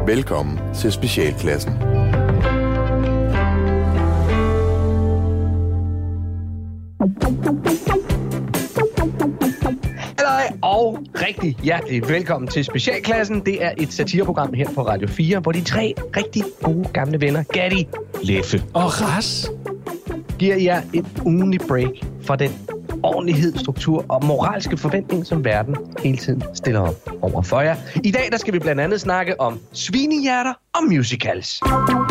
Velkommen til Specialklassen. Og rigtig hjertelig velkommen til Specialklassen. Det er et satireprogram her på Radio 4, hvor de tre rigtig gode gamle venner, Gatti, Leffe og Ras, giver jer et ugenligt break for den ordentlighed, struktur og moralske forventning, som verden hele tiden stiller op over for jer. I dag der skal vi blandt andet snakke om svinehjerter og musicals.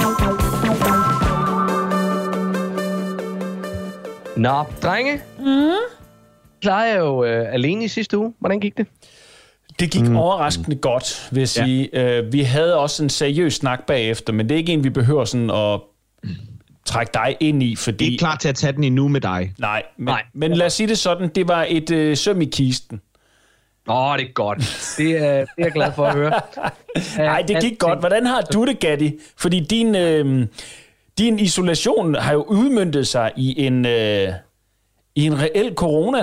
Nå, drenge. Klarede jeg jo alene i sidste uge. Hvordan gik det? Det gik overraskende godt, vil jeg sige. Vi havde også en seriøs snak bagefter, men det er ikke en, vi behøver sådan at trække dig ind i, fordi... Det er ikke klar til at tage den endnu med dig. Nej, men lad os sige det sådan, det var et søm i kisten. Det er godt. Det er jeg glad for at høre. Nej, det gik godt. Hvordan har du det, Gatti? Fordi din isolation har jo udmøntet sig i en reel corona.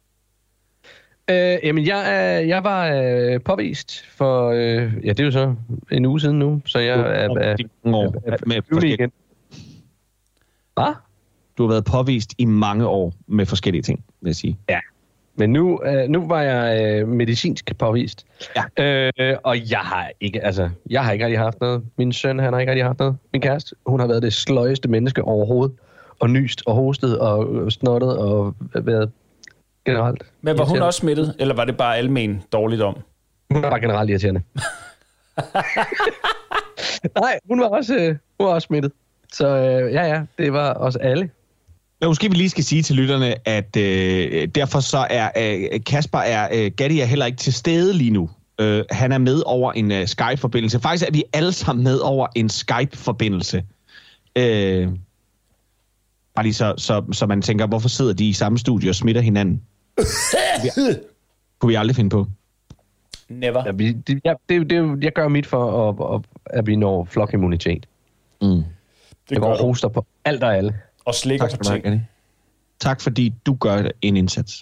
Jamen, jeg var påvist for... det er jo så en uge siden nu, så jeg er igen. Hvad? Du har været påvist i mange år med forskellige ting, vil jeg sige. Ja, men nu var jeg medicinsk påvist. Ja. Og jeg har ikke rigtig haft noget. Min søn, han har ikke rigtig haft noget. Min kæreste, hun har været det sløjeste menneske overhovedet. Og nyst og hostet og snottet og været generelt. Men var hun også smittet, eller var det bare almen dårligt om? Hun var bare generelt irriterende. Nej, hun var også smittet. Så det var os alle. Men måske vi lige skal sige til lytterne, at derfor så er Kasper Gatti er heller ikke til stede lige nu. Han er med over en Skype-forbindelse. Faktisk er vi alle sammen med over en Skype-forbindelse. Bare lige så man tænker, hvorfor sidder de i samme studie og smitter hinanden? Kunne vi aldrig finde på. Never. Jeg gør mit for, at vi når flokimmunitet. Det går hoster på alt og alle. Og slikker på ting. Tak fordi du gør en indsats.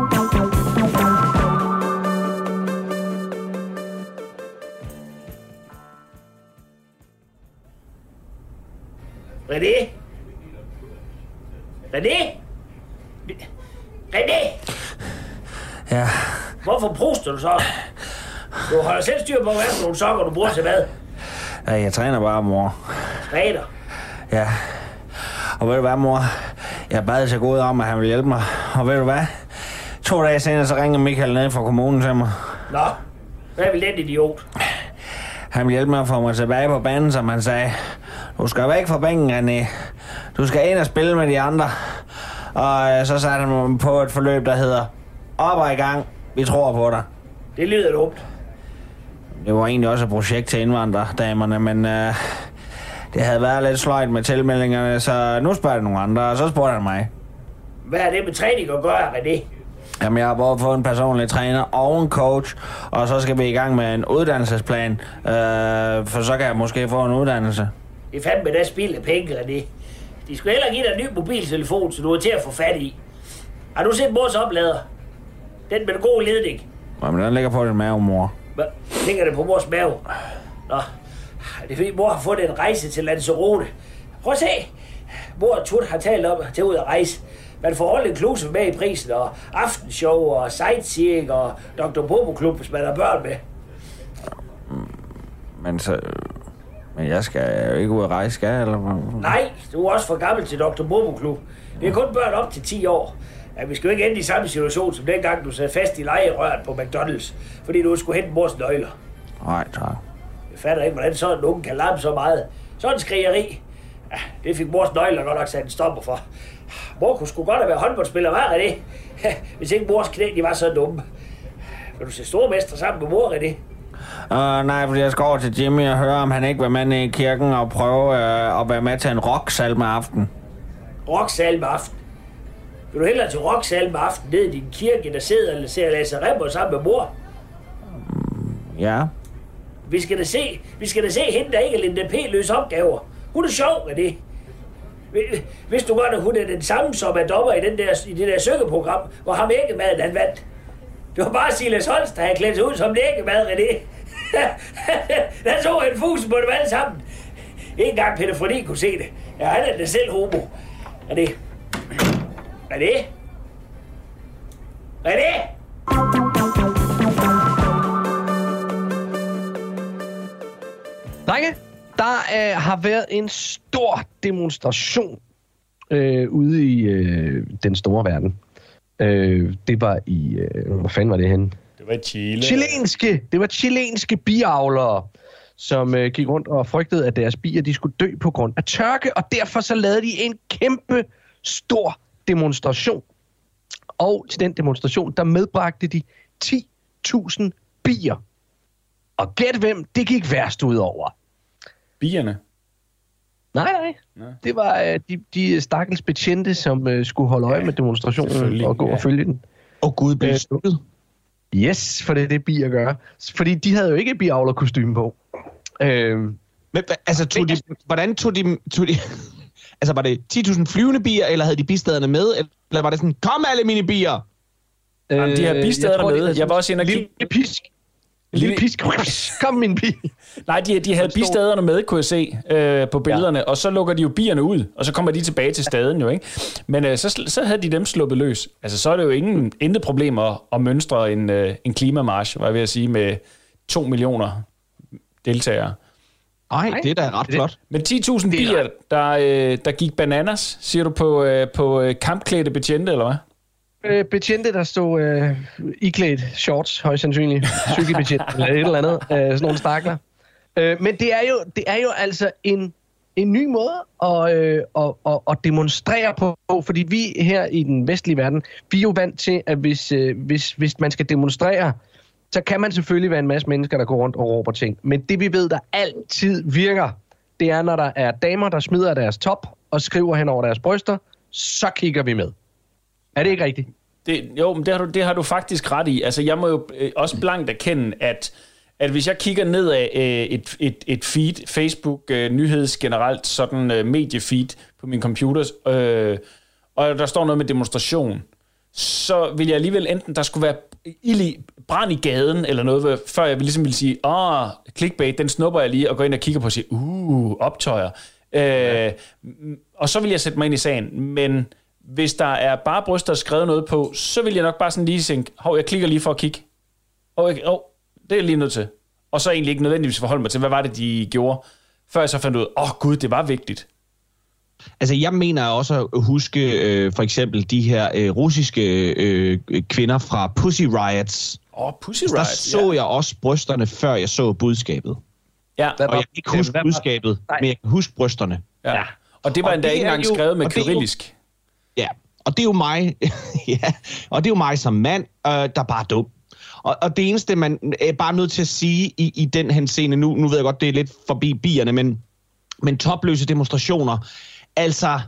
René? Ja. Hvorfor pruster du så? Du holder selv styr på, hvad for nogle sokker du bruger til hvad? Ja, jeg træner bare, mor. Træner? Ja. Og ved du hvad, mor? Jeg bad så god om, at han ville hjælpe mig. Og ved du hvad? 2 dage senere, så ringer Michael ned fra kommunen til mig. Nå, hvad vil den idiot? Han vil hjælpe mig at få mig tilbage på banen, som han sagde. Du skal væk fra bænken, René. Du skal ind og spille med de andre. Og så satte han mig på et forløb, der hedder op og i gang. Vi tror på dig. Det lyder dumt. Det var egentlig også et projekt til indvandrerdamerne, men det havde været lidt sløjt med tilmeldingerne, så nu spørger jeg nogle andre, og så spurgte han mig. Hvad er det med træning at gøre, René? Jamen, jeg har både fået en personlig træner og en coach, og så skal vi i gang med en uddannelsesplan, for så kan jeg måske få en uddannelse. Det er fandme da spild af penge, René. De skulle heller give dig en ny mobiltelefon, så du er til at få fat i. Har du set mors oplader? Den med den gode ledning. Jamen, den ligger på din mave, mor. Hvad? Ligger det på mors mave? Nå, det er fordi mor har fået en rejse til Lanzarote. Prøv at se. Mor og Tut har talt om at tage ud og rejse. Man får all inclusive med i prisen, og aftenshow, og sightseeing, og Dr. Bobo Klub, hvis man har børn med. Men jeg skal jo ikke ud og rejse, skal jeg, eller hvad? Nej, du er også for gammel til Dr. Bobo Klub. Det er kun børn op til 10 år. Ja, vi skal jo ikke ende i samme situation, som dengang du sad fast i lejerøret på McDonald's, fordi du skulle hente mors nøgler. Nej, tak. Jeg fatter ikke, hvordan sådan nogen kan larme så meget. Sådan en skrigeri. Ja, det fik mors nøgler godt nok sat en stopper for. Mor kunne sgu godt have været håndboldspiller, var det? Hvis ikke mors knæ, de var så dumme. Vil du se stormester sammen med mor, René? Nej, fordi jeg skal over til Jimmy og høre, om han ikke vil med ned i kirken og prøve at være med til en rocksalme aften. Rocksalme aften? Vil du hellere til rocksalme aften ned i din kirke, der sidder eller ser Lasse Remmer sammen med mor? Ja. Vi skal da se hende, der ikke er Linda P. løs opgaver. Hun er sjov, René. Hvis du godt, at hun er den samme, som er dommer i det der syngeprogram, hvor ham æggemaden han vandt. Det var bare Silas Holst, der havde klædt sig ud som æggemad, René. Der så en fusen på dem alle sammen. Ikke engang Peter Frødin kunne se det. Ja, han er da selv homo. Er det? Drenge, der har været en stor demonstration ude i den store verden. Det var i... hvor fanden var det henne? Det var i Chile. Det var chilenske biavlere, som gik rundt og frygtede, at deres bier de skulle dø på grund af tørke, og derfor så lavede de en kæmpe stor demonstration. Og til den demonstration, der medbragte de 10.000 bier. Og gæt hvem det gik værst ud over. Bierne? Nej. Det var de stakkels betjente, som skulle holde øje med demonstrationen og gå og følge den. Og Gud blev stukket. Yes, for det er det bier gør. Fordi de havde jo ikke biavlerkostyme på. Men altså, hvordan tog de... Altså, var det 10.000 flyvende bier, eller havde de bistaderne med? Eller var det sådan, kom alle mine bier? Jamen, de havde bistaderne med. Jeg var også inde og kigge. Lille pisk. Kom, min bi. Nej, de havde bistaderne med, kunne jeg se på billederne, og så lukker de jo bierne ud, og så kommer de tilbage til staden jo, ikke? Men så havde de dem sluppet løs. Altså, så er det jo intet problem at mønstre en klimamarch, var jeg ved at sige, med 2 millioner deltagere. Nej, det er da ret flot. Men 10.000 bier, der gik bananas, siger du, på kampklædte betjente, eller hvad? Betjente, der stod iklædt shorts, højst sandsynligt. Cykelbetjent eller et eller andet. Sådan nogle stakler. Men det er jo altså en ny måde at demonstrere på, fordi vi her i den vestlige verden, vi er jo vant til, at hvis man skal demonstrere, så kan man selvfølgelig være en masse mennesker, der går rundt og råber ting. Men det vi ved, der altid virker, det er, når der er damer, der smider deres top og skriver hen over deres bryster, så kigger vi med. Er det ikke rigtigt? Men det har du faktisk ret i. Altså, jeg må jo også blankt erkende, at hvis jeg kigger ned af et feed, Facebook, nyheds generelt, sådan mediefeed på min computer, og der står noget med demonstration, så vil jeg alligevel enten, der skulle være brand i gaden, eller noget, før jeg ligesom ville sige, clickbait, den snupper jeg lige, og går ind og kigger på og siger, optøjer. Og så vil jeg sætte mig ind i sagen, men hvis der er bare bryster skrevet noget på, så vil jeg nok bare sådan lige tænke, jeg klikker lige for at kigge. Det er jeg lige nødt til. Og så egentlig ikke nødvendigvis forholde mig til, hvad var det, de gjorde, før jeg så fandt ud, gud, det var vigtigt. Altså, jeg mener også at huske for eksempel de her russiske kvinder fra Pussy Riots. Pussy Riots, der så jeg også brysterne, før jeg så budskabet. Ja. Og jeg kan ikke huske budskabet, men jeg kan huske brysterne. Ja. Og det var endda ikke engang skrevet med kyrillisk. Ja, og det er jo mig, og det er jo mig som mand, der bare er dum. Og det eneste, man er bare nødt til at sige i den henseende, nu ved jeg godt, det er lidt forbi bierne, men topløse demonstrationer, altså,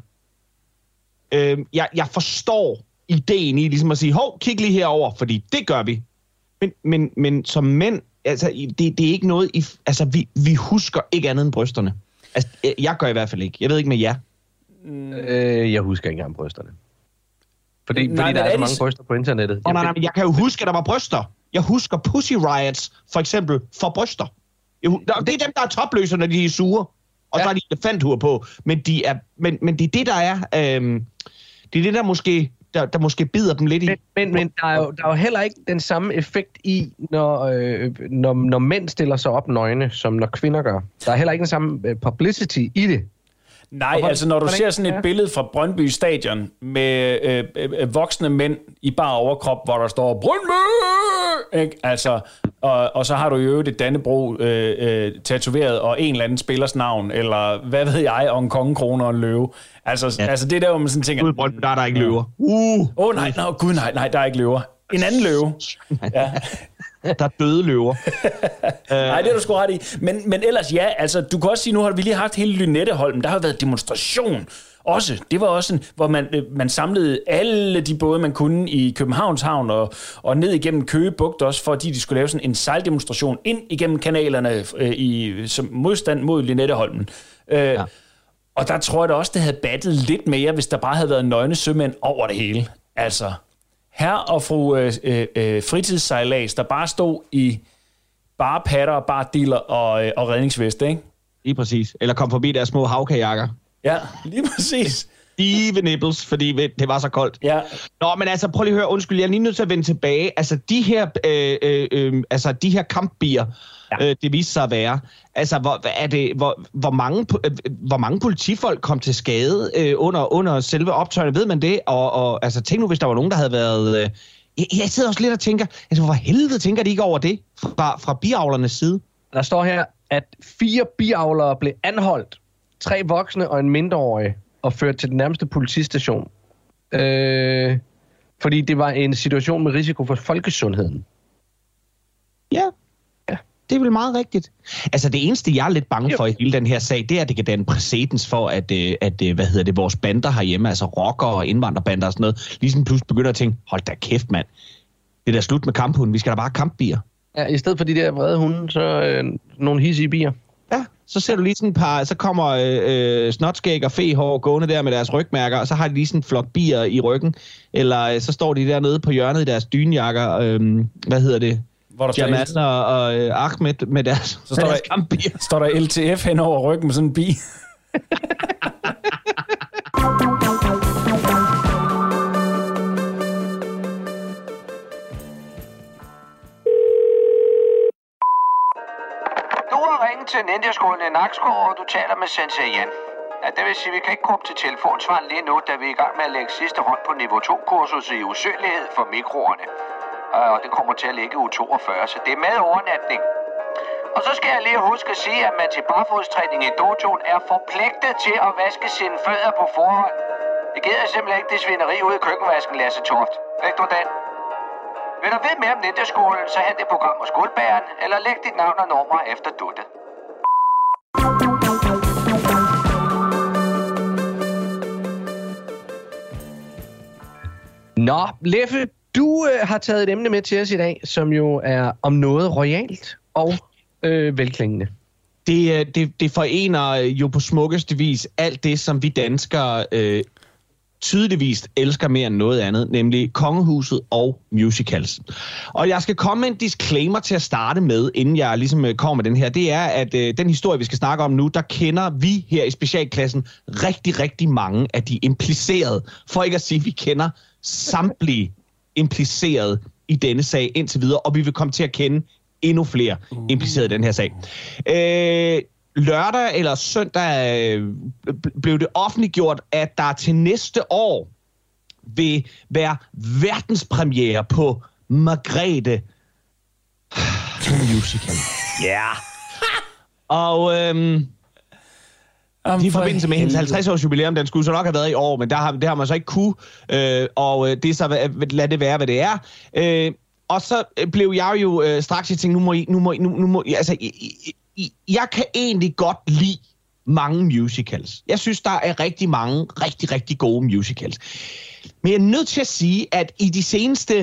jeg forstår ideen i ligesom at sige, kig lige herover, fordi det gør vi. Men som mænd, altså, det er ikke noget, vi husker ikke andet end brysterne. Altså, jeg gør i hvert fald ikke. Jeg ved ikke med jer. Jeg husker ikke engang brysterne. Fordi der er så mange bryster på internettet. Nej, jeg kan jo huske, at der var bryster. Jeg husker Pussy Riots, for eksempel, for bryster. Det er dem, der er topløse, når de er sure. Og så har de elefanthuer på. Men det er det, der er... det er det, der måske bider dem lidt i. Men der er jo heller ikke den samme effekt i, når mænd stiller sig op nøgne, som når kvinder gør. Der er heller ikke den samme publicity i det. Nej, altså når du ser sådan et billede fra Brøndby Stadion med voksne mænd i bar overkrop, hvor der står Brøndby, ikke? Altså, og så har du jo et Dannebro tatoveret og en eller anden spillers navn, eller hvad ved jeg, og en kongekrone og en løve. Altså det der, hvor man sådan tænker... Gud, Brøndby, der er der ikke løver. Nej, der er ikke løver. En anden løve. Ja. Der er døde løver. Nej, det er du sgu ret i. Men ellers ja, altså du kan også sige, nu har vi lige haft hele Lynetteholmen, der har været demonstration også. Det var også hvor man samlede alle de både, man kunne i Københavns Havn og ned igennem Køge Bugt også, fordi de skulle lave sådan en sejldemonstration ind igennem kanalerne som modstand mod Lynetteholmen. Og der tror jeg da også, det havde battet lidt mere, hvis der bare havde været nøgne sømænd over det hele. Altså... Herr og fru fritidssejlads, der bare stod bare patter, bare dealer og redningsvest, ikke? Lige præcis. Eller kom forbi deres små havkajakker. Ja, lige præcis. Stive nipples, fordi det var så koldt. Ja. Nå, men altså, prøv lige at høre, undskyld, jeg er lige nødt til at vende tilbage. Altså, de her kampbier, det viste sig at være. Altså, hvor mange politifolk kom til skade under selve optøjerne? Ved man det? Og altså, tænk nu, hvis der var nogen, der havde været... Jeg sidder også lidt og tænker, altså, hvor helvede tænker de ikke over det fra biavlernes side? Der står her, at 4 biavlere blev anholdt. 3 voksne og en mindreårig, og ført til den nærmeste politistation. Fordi det var en situation med risiko for folkesundheden. Ja, det er vel meget rigtigt. Altså det eneste, jeg er lidt bange for i hele den her sag, det er, at det kan danne præcedens for, at vores bander herhjemme, altså rocker og indvandrerbander og sådan noget, ligesom pludselig begynder at tænke, hold da kæft, mand. Det er da slut med kamphunden, vi skal da bare kampbier. Ja, i stedet for de der vrede hunde, så nogle hissige bier. Ja, så ser du lige sådan et par, så kommer snotskæg og fehår gående der med deres rygmærker, og så har de lige sådan en flok bier i ryggen, eller så står de dernede på hjørnet i deres dynjakker, Jamal og Ahmed med deres, så står der LTF hen over ryggen med sådan en bi. til Ninja-skolen i Nakskov, og du taler med Sensei Jan. Ja, det vil sige, at vi kan ikke komme til telefonsvar lige nu, da vi er i gang med at lægge sidste hånd på niveau 2-kursus i usynlighed for mikroerne. Og det kommer til at ligge i uge 42, så det er med overnatning. Og så skal jeg lige huske at sige, at man til barfodstræning i dojoen er forpligtet til at vaske sine fødder på forhånd. Det gider simpelthen ikke det svineri ude i køkkenvasken, Lasse Toft. Ikke du den? Vil du vide mere om Ninja-skolen, så hent det program hos Guldbæren, eller læg dit navn og nummer efter duttet. Nå, Leffe, du har taget et emne med til os i dag, som jo er om noget royalt og velklingende. Det forener jo på smukkeste vis alt det, som vi danskere tydeligvis elsker mere end noget andet, nemlig kongehuset og musicals. Og jeg skal komme med en disclaimer til at starte med, inden jeg ligesom kommer med den her. Det er, at den historie, vi skal snakke om nu, der kender vi her i specialklassen rigtig, rigtig mange af de implicerede. For ikke at sige, at vi kender samtlige implicerede i denne sag indtil videre, og vi vil komme til at kende endnu flere implicerede i den her sag. Lørdag eller søndag blev det offentliggjort, at der til næste år vil være verdenspremiere på Margrethe musical. Ja. Og i forbindelse med hendes 50-års jubilæum, den skulle så nok have været i år, men det har man så ikke kunne, og det er så, lad det være, hvad det er. Og så blev jeg jo straks, jeg tænkte, nu må I, altså, jeg kan egentlig godt lide mange musicals. Jeg synes, der er rigtig mange rigtig, rigtig gode musicals. Men jeg er nødt til at sige, at i de seneste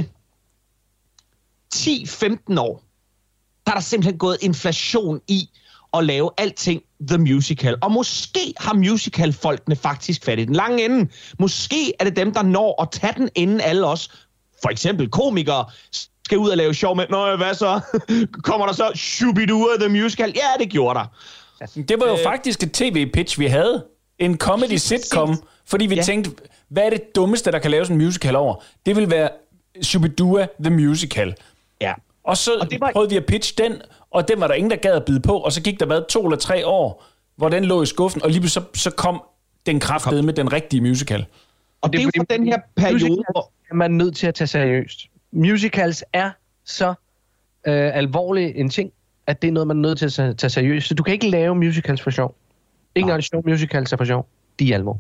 10-15 år, der er der simpelthen gået inflation i at lave alting The Musical. Og måske har musical-folkene faktisk fat i den lange ende. Måske er det dem, der når at tage den, inden alle os, for eksempel komikere, skal ud og lave sjov med, nå, hvad så? Kommer der så Shubidua The Musical? Ja, det gjorde der. Det var jo faktisk et tv-pitch, vi havde. En comedy-sitcom, fordi vi tænkte, hvad er det dummeste, der kan laves en musical over? Det vil være Shubidua The Musical. Ja. Og så prøvede vi at pitche den, og den var der ingen, der gad at bide på, og så gik der 2 eller 3 år, hvor den lå i skuffen, og lige så kom den kraftede med den rigtige musical. Og det er jo for den her periode, hvor man er nødt til at tage seriøst. Musicals er så alvorlig en ting, at det er noget, man er nødt til at tage seriøst. Så du kan ikke lave musicals for sjov. Ingen af de sjove musicals er for sjov. De er alvor.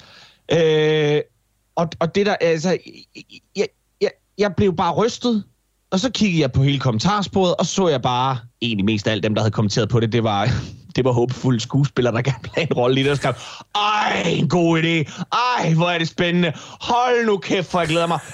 Og det der, altså, jeg blev bare rystet, og så kiggede jeg på hele kommentarsporet, og så jeg bare, egentlig mest af alt dem, der havde kommenteret på det, det var håbefulde skuespillere, der gerne ville have en rolle i det, og skrev, ej, en god idé, ej, hvor er det spændende, hold nu kæft, for jeg glæder mig,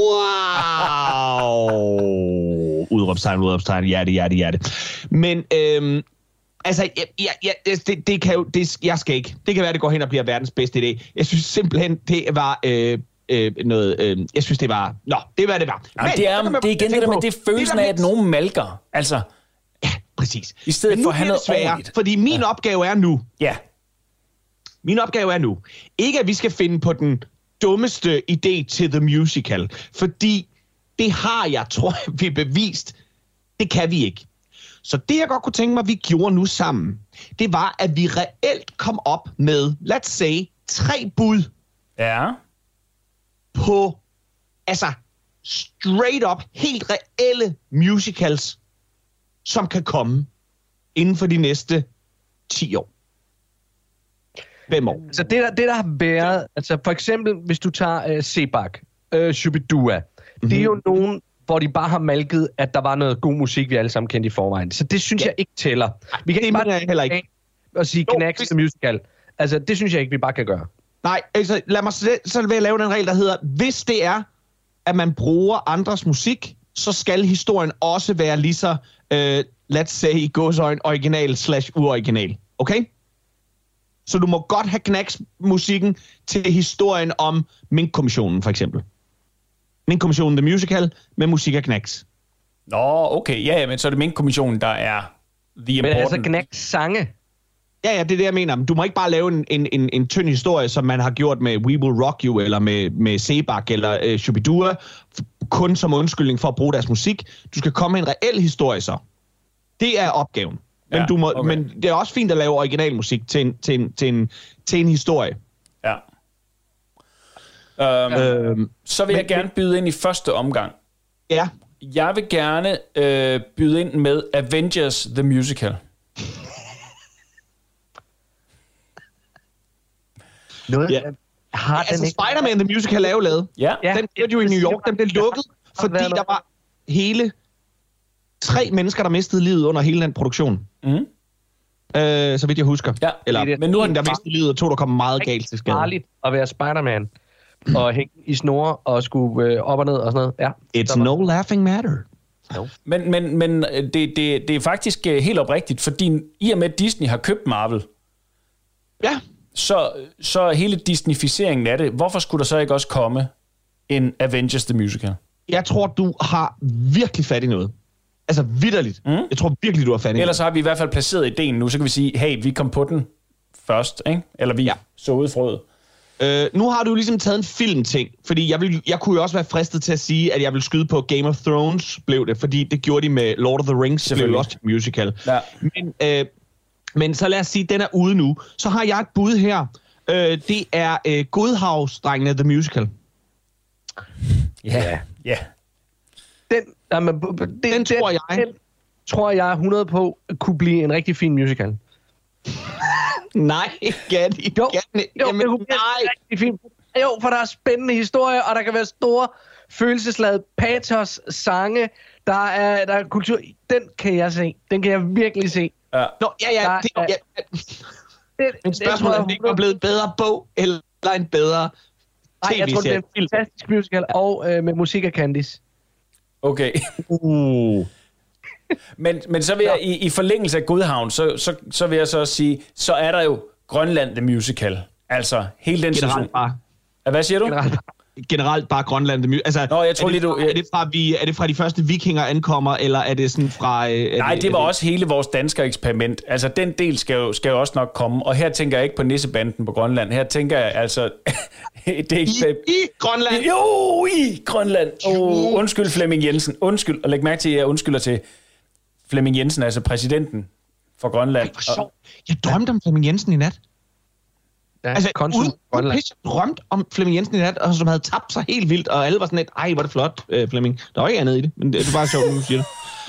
wow, udråbstegn, hjerte. Men, altså, det kan jo, jeg skal ikke, det kan være, det går hen og bliver verdens bedste idé. Jeg synes simpelthen, det var jeg synes, det var... Nå, det var det var. Men, det er igen det der med det følelsen af, at nogen malker. Altså, Præcis. I stedet for at have noget sværere, ordentligt. fordi min opgave er nu, Ja. Min opgave er nu, ikke at vi skal finde på den dummeste idé til The Musical, fordi det har jeg, tror jeg, vi bevist, det kan vi ikke. Så det, jeg godt kunne tænke mig, vi gjorde nu sammen, det var, at vi reelt kom op med, let's say, 3 bud Ja. på, altså, straight up, helt reelle musicals, som kan komme inden for de næste 10 år. 5 år. Så det der har været, altså for eksempel, hvis du tager Sebak, Shubidua, det er jo nogen, hvor de bare har malket, at der var noget god musik, vi alle sammen kendte i forvejen. Så det synes jeg ikke tæller. Vi kan ikke bare heller ikke. Og sige Knacks the Musical. Altså, det synes jeg ikke, vi bare kan gøre. Nej, altså lad mig så vil jeg lave den regel, der hedder, hvis det er, at man bruger andres musik, så skal historien også være lige så, let's say, i gåseøjne, original/uoriginal. Okay? Så du må godt have Knacks-musikken til historien om Mink-kommissionen, for eksempel. Mink-kommissionen, The Musical, med musik af Knacks. Nå, okay. Ja, men så er det Mink-kommissionen, der er the important. Men altså Knacks sange. Ja, det er det, jeg mener. Du må ikke bare lave en tynd historie, som man har gjort med We Will Rock You, eller med Sebak, eller Shubidua, kun som undskyldning for at bruge deres musik. Du skal komme med en reel historie så. Det er opgaven. Men, Ja, men det er også fint at lave originalmusik til en historie. Ja. Så vil jeg gerne byde ind i første omgang. Ja. Jeg vil gerne byde ind med Avengers the Musical. Noget, Ja. har Altså, den ikke... Spider-Man The Musical er jo lavet. Ja. Den blev jo i New York. Den blev lukket, fordi der var hele 3 mennesker, der mistede livet under hele den produktion. Så vidt jeg husker. Ja, Eller, men nu er en, der mistede livet, og 2, der kom meget galt til skade. farligt at være Spider-Man og hænge i snore og skulle op og ned og sådan noget. Ja, It's no laughing matter. Men det er faktisk helt oprigtigt, fordi i og med at Disney har købt Marvel, Ja. så hele Disneyficeringen af det, hvorfor skulle der så ikke også komme en Avengers the Musical? Jeg tror, du har virkelig fat i noget. Altså vitterligt. Jeg tror virkelig, du har fat i Ellers så har vi i hvert fald placeret ideen nu, så kan vi sige, hey, vi kom på den først, ikke? Eller vi såede frøet. Nu har du ligesom taget en filmting, fordi jeg kunne jo også være fristet til at sige, at jeg vil skyde på Game of Thrones, blev det, fordi det gjorde de med Lord of the Rings, blev jo også til musical. Ja. Men så lad os sige, at den er ude nu. Så har jeg et bud her. Det er Godhavnsdrengene The Musical. Ja. Den tror jeg 100 på kunne blive en rigtig fin musical. Nej, Gatti. Jo, det kunne blive rigtig fint. Jo, for der er spændende historier, og der kan være store følelsesladet patos, sange, der er kultur. Den kan jeg se. Den kan jeg virkelig se. Ja. Nå, Men spørgsmålet er, om det ikke var blevet en bedre bog, eller en bedre Nej, jeg tror, det er tv-serie. en fantastisk musical, og med musik af Candice. Okay. Men så vil jeg i forlængelse af Godhavn, så vil jeg så sige, så er der jo Grønland the Musical. Altså hele den Generelt bare. Hvad siger du? Generelt bare Grønland. Altså, Nå, jeg tror er det fra de første vikinger ankommer, eller er det sådan fra... Nej, det var også hele vores danske eksperiment. Altså, den del skal jo også nok komme. Og her tænker jeg ikke på nissebanden på Grønland. Her tænker jeg altså... I Grønland? Jo, i Grønland. Undskyld, Flemming Jensen. Undskyld, og læg mærke til, at jeg undskylder til Flemming Jensen, altså præsidenten for Grønland. Jeg drømte om Flemming Jensen i nat. Ja, Altså, Grønland. jeg drømte om Flemming Jensen i nat, og som havde tabt sig helt vildt, og alle var sådan lidt, ej, hvor er det flot, Flemming. Der var ikke andet i det, men det er bare sjovt, når du siger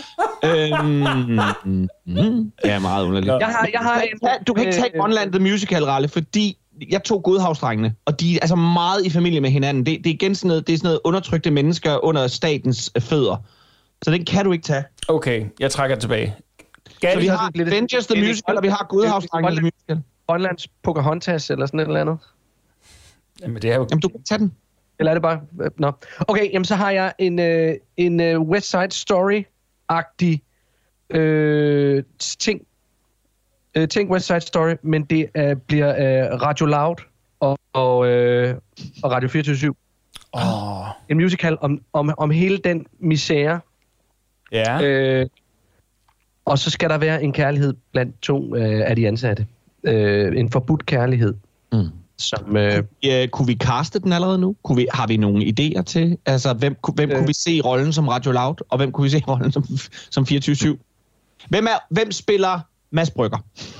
det. Det er meget underligt. Du kan ikke tage Grønland The Musical, Ralle, fordi jeg tog Godhavnsdrengene, og de er altså meget i familie med hinanden. Det er igen sådan noget undertrykte mennesker under statens fødder. Så den kan du ikke tage. Okay, jeg trækker tilbage. Så vi har Avengers The Musical, og vi har Godhavnsdrengene The Musical. Grønlands Pocahontas eller sådan et eller andet. Jamen, det er jo... Jamen, du kan tage den. Eller er det bare... Nå. Okay, jamen så har jeg en West Side Story-agtig ting. Tænk West Side Story, men det bliver Radio Loud og Radio 24/7. En musical om hele den misære. Ja. Og så skal der være en kærlighed blandt 2 af de ansatte. En forbudt kærlighed. Som, kunne vi kaste den allerede nu? Har vi nogle idéer til? Altså, hvem kunne vi se i rollen som Radio Loud, og hvem kunne vi se i rollen som 24/7? Hvem spiller Mads Brygger?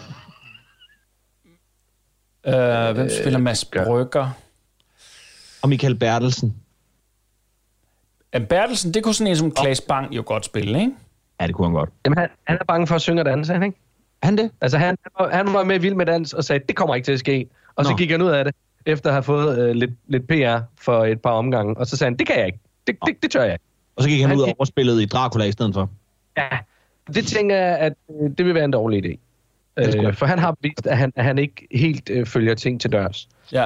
Hvem spiller Mads Brygger? Og Michael Bertelsen. Bertelsen, det kunne sådan en som Claes Bang jo godt spille, ikke? Ja, det kunne han godt. Jamen, han er bange for at synge og danse, ikke? Han det? Altså, han var med Vild med Dans og sagde, det kommer ikke til at ske. Og så gik han ud af det, efter at have fået lidt PR for et par omgange. Og så sagde han, det kan jeg ikke. Det tør jeg ikke. Og så gik han ud og spillede i Dracula i stedet for. Ja, det tænker jeg, at det vil være en dårlig idé. For han har vist, at han ikke helt følger ting til dørs. Ja.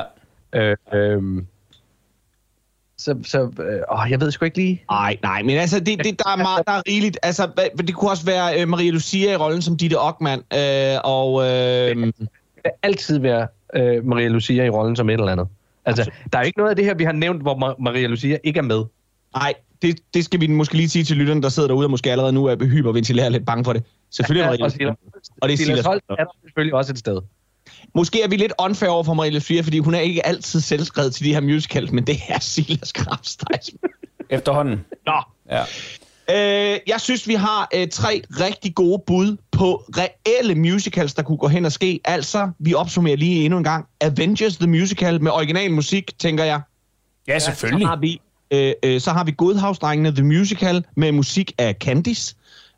Jeg ved sgu ikke lige. Nej, men altså, der er meget, der er rigeligt. Altså, det kunne også være Maria Lucia i rollen som Ditte Okman, Det vil altid være Maria Lucia i rollen som et eller andet. Altså, der er jo ikke noget af det her, vi har nævnt, hvor Maria Lucia ikke er med. Nej, det skal vi måske lige sige til lytterne, der sidder derude og måske allerede nu er hyperventileret lidt bange for det. Selvfølgelig er Maria Lucia. Og det er Silas Holt er der selvfølgelig også et sted. Måske er vi lidt unfair over for Maria Lucia, fordi hun er ikke altid selvskrevet til de her musicals, men det er Silas Krabstejs. Efterhånden. Nå. Ja. Jeg synes, vi har 3 rigtig gode bud på reelle musicals, der kunne gå hen og ske. Altså, vi opsummerer lige endnu en gang. Avengers the Musical med original musik, tænker jeg. Ja, selvfølgelig. Så har vi Godhavnsdrengene the Musical med musik af Candice.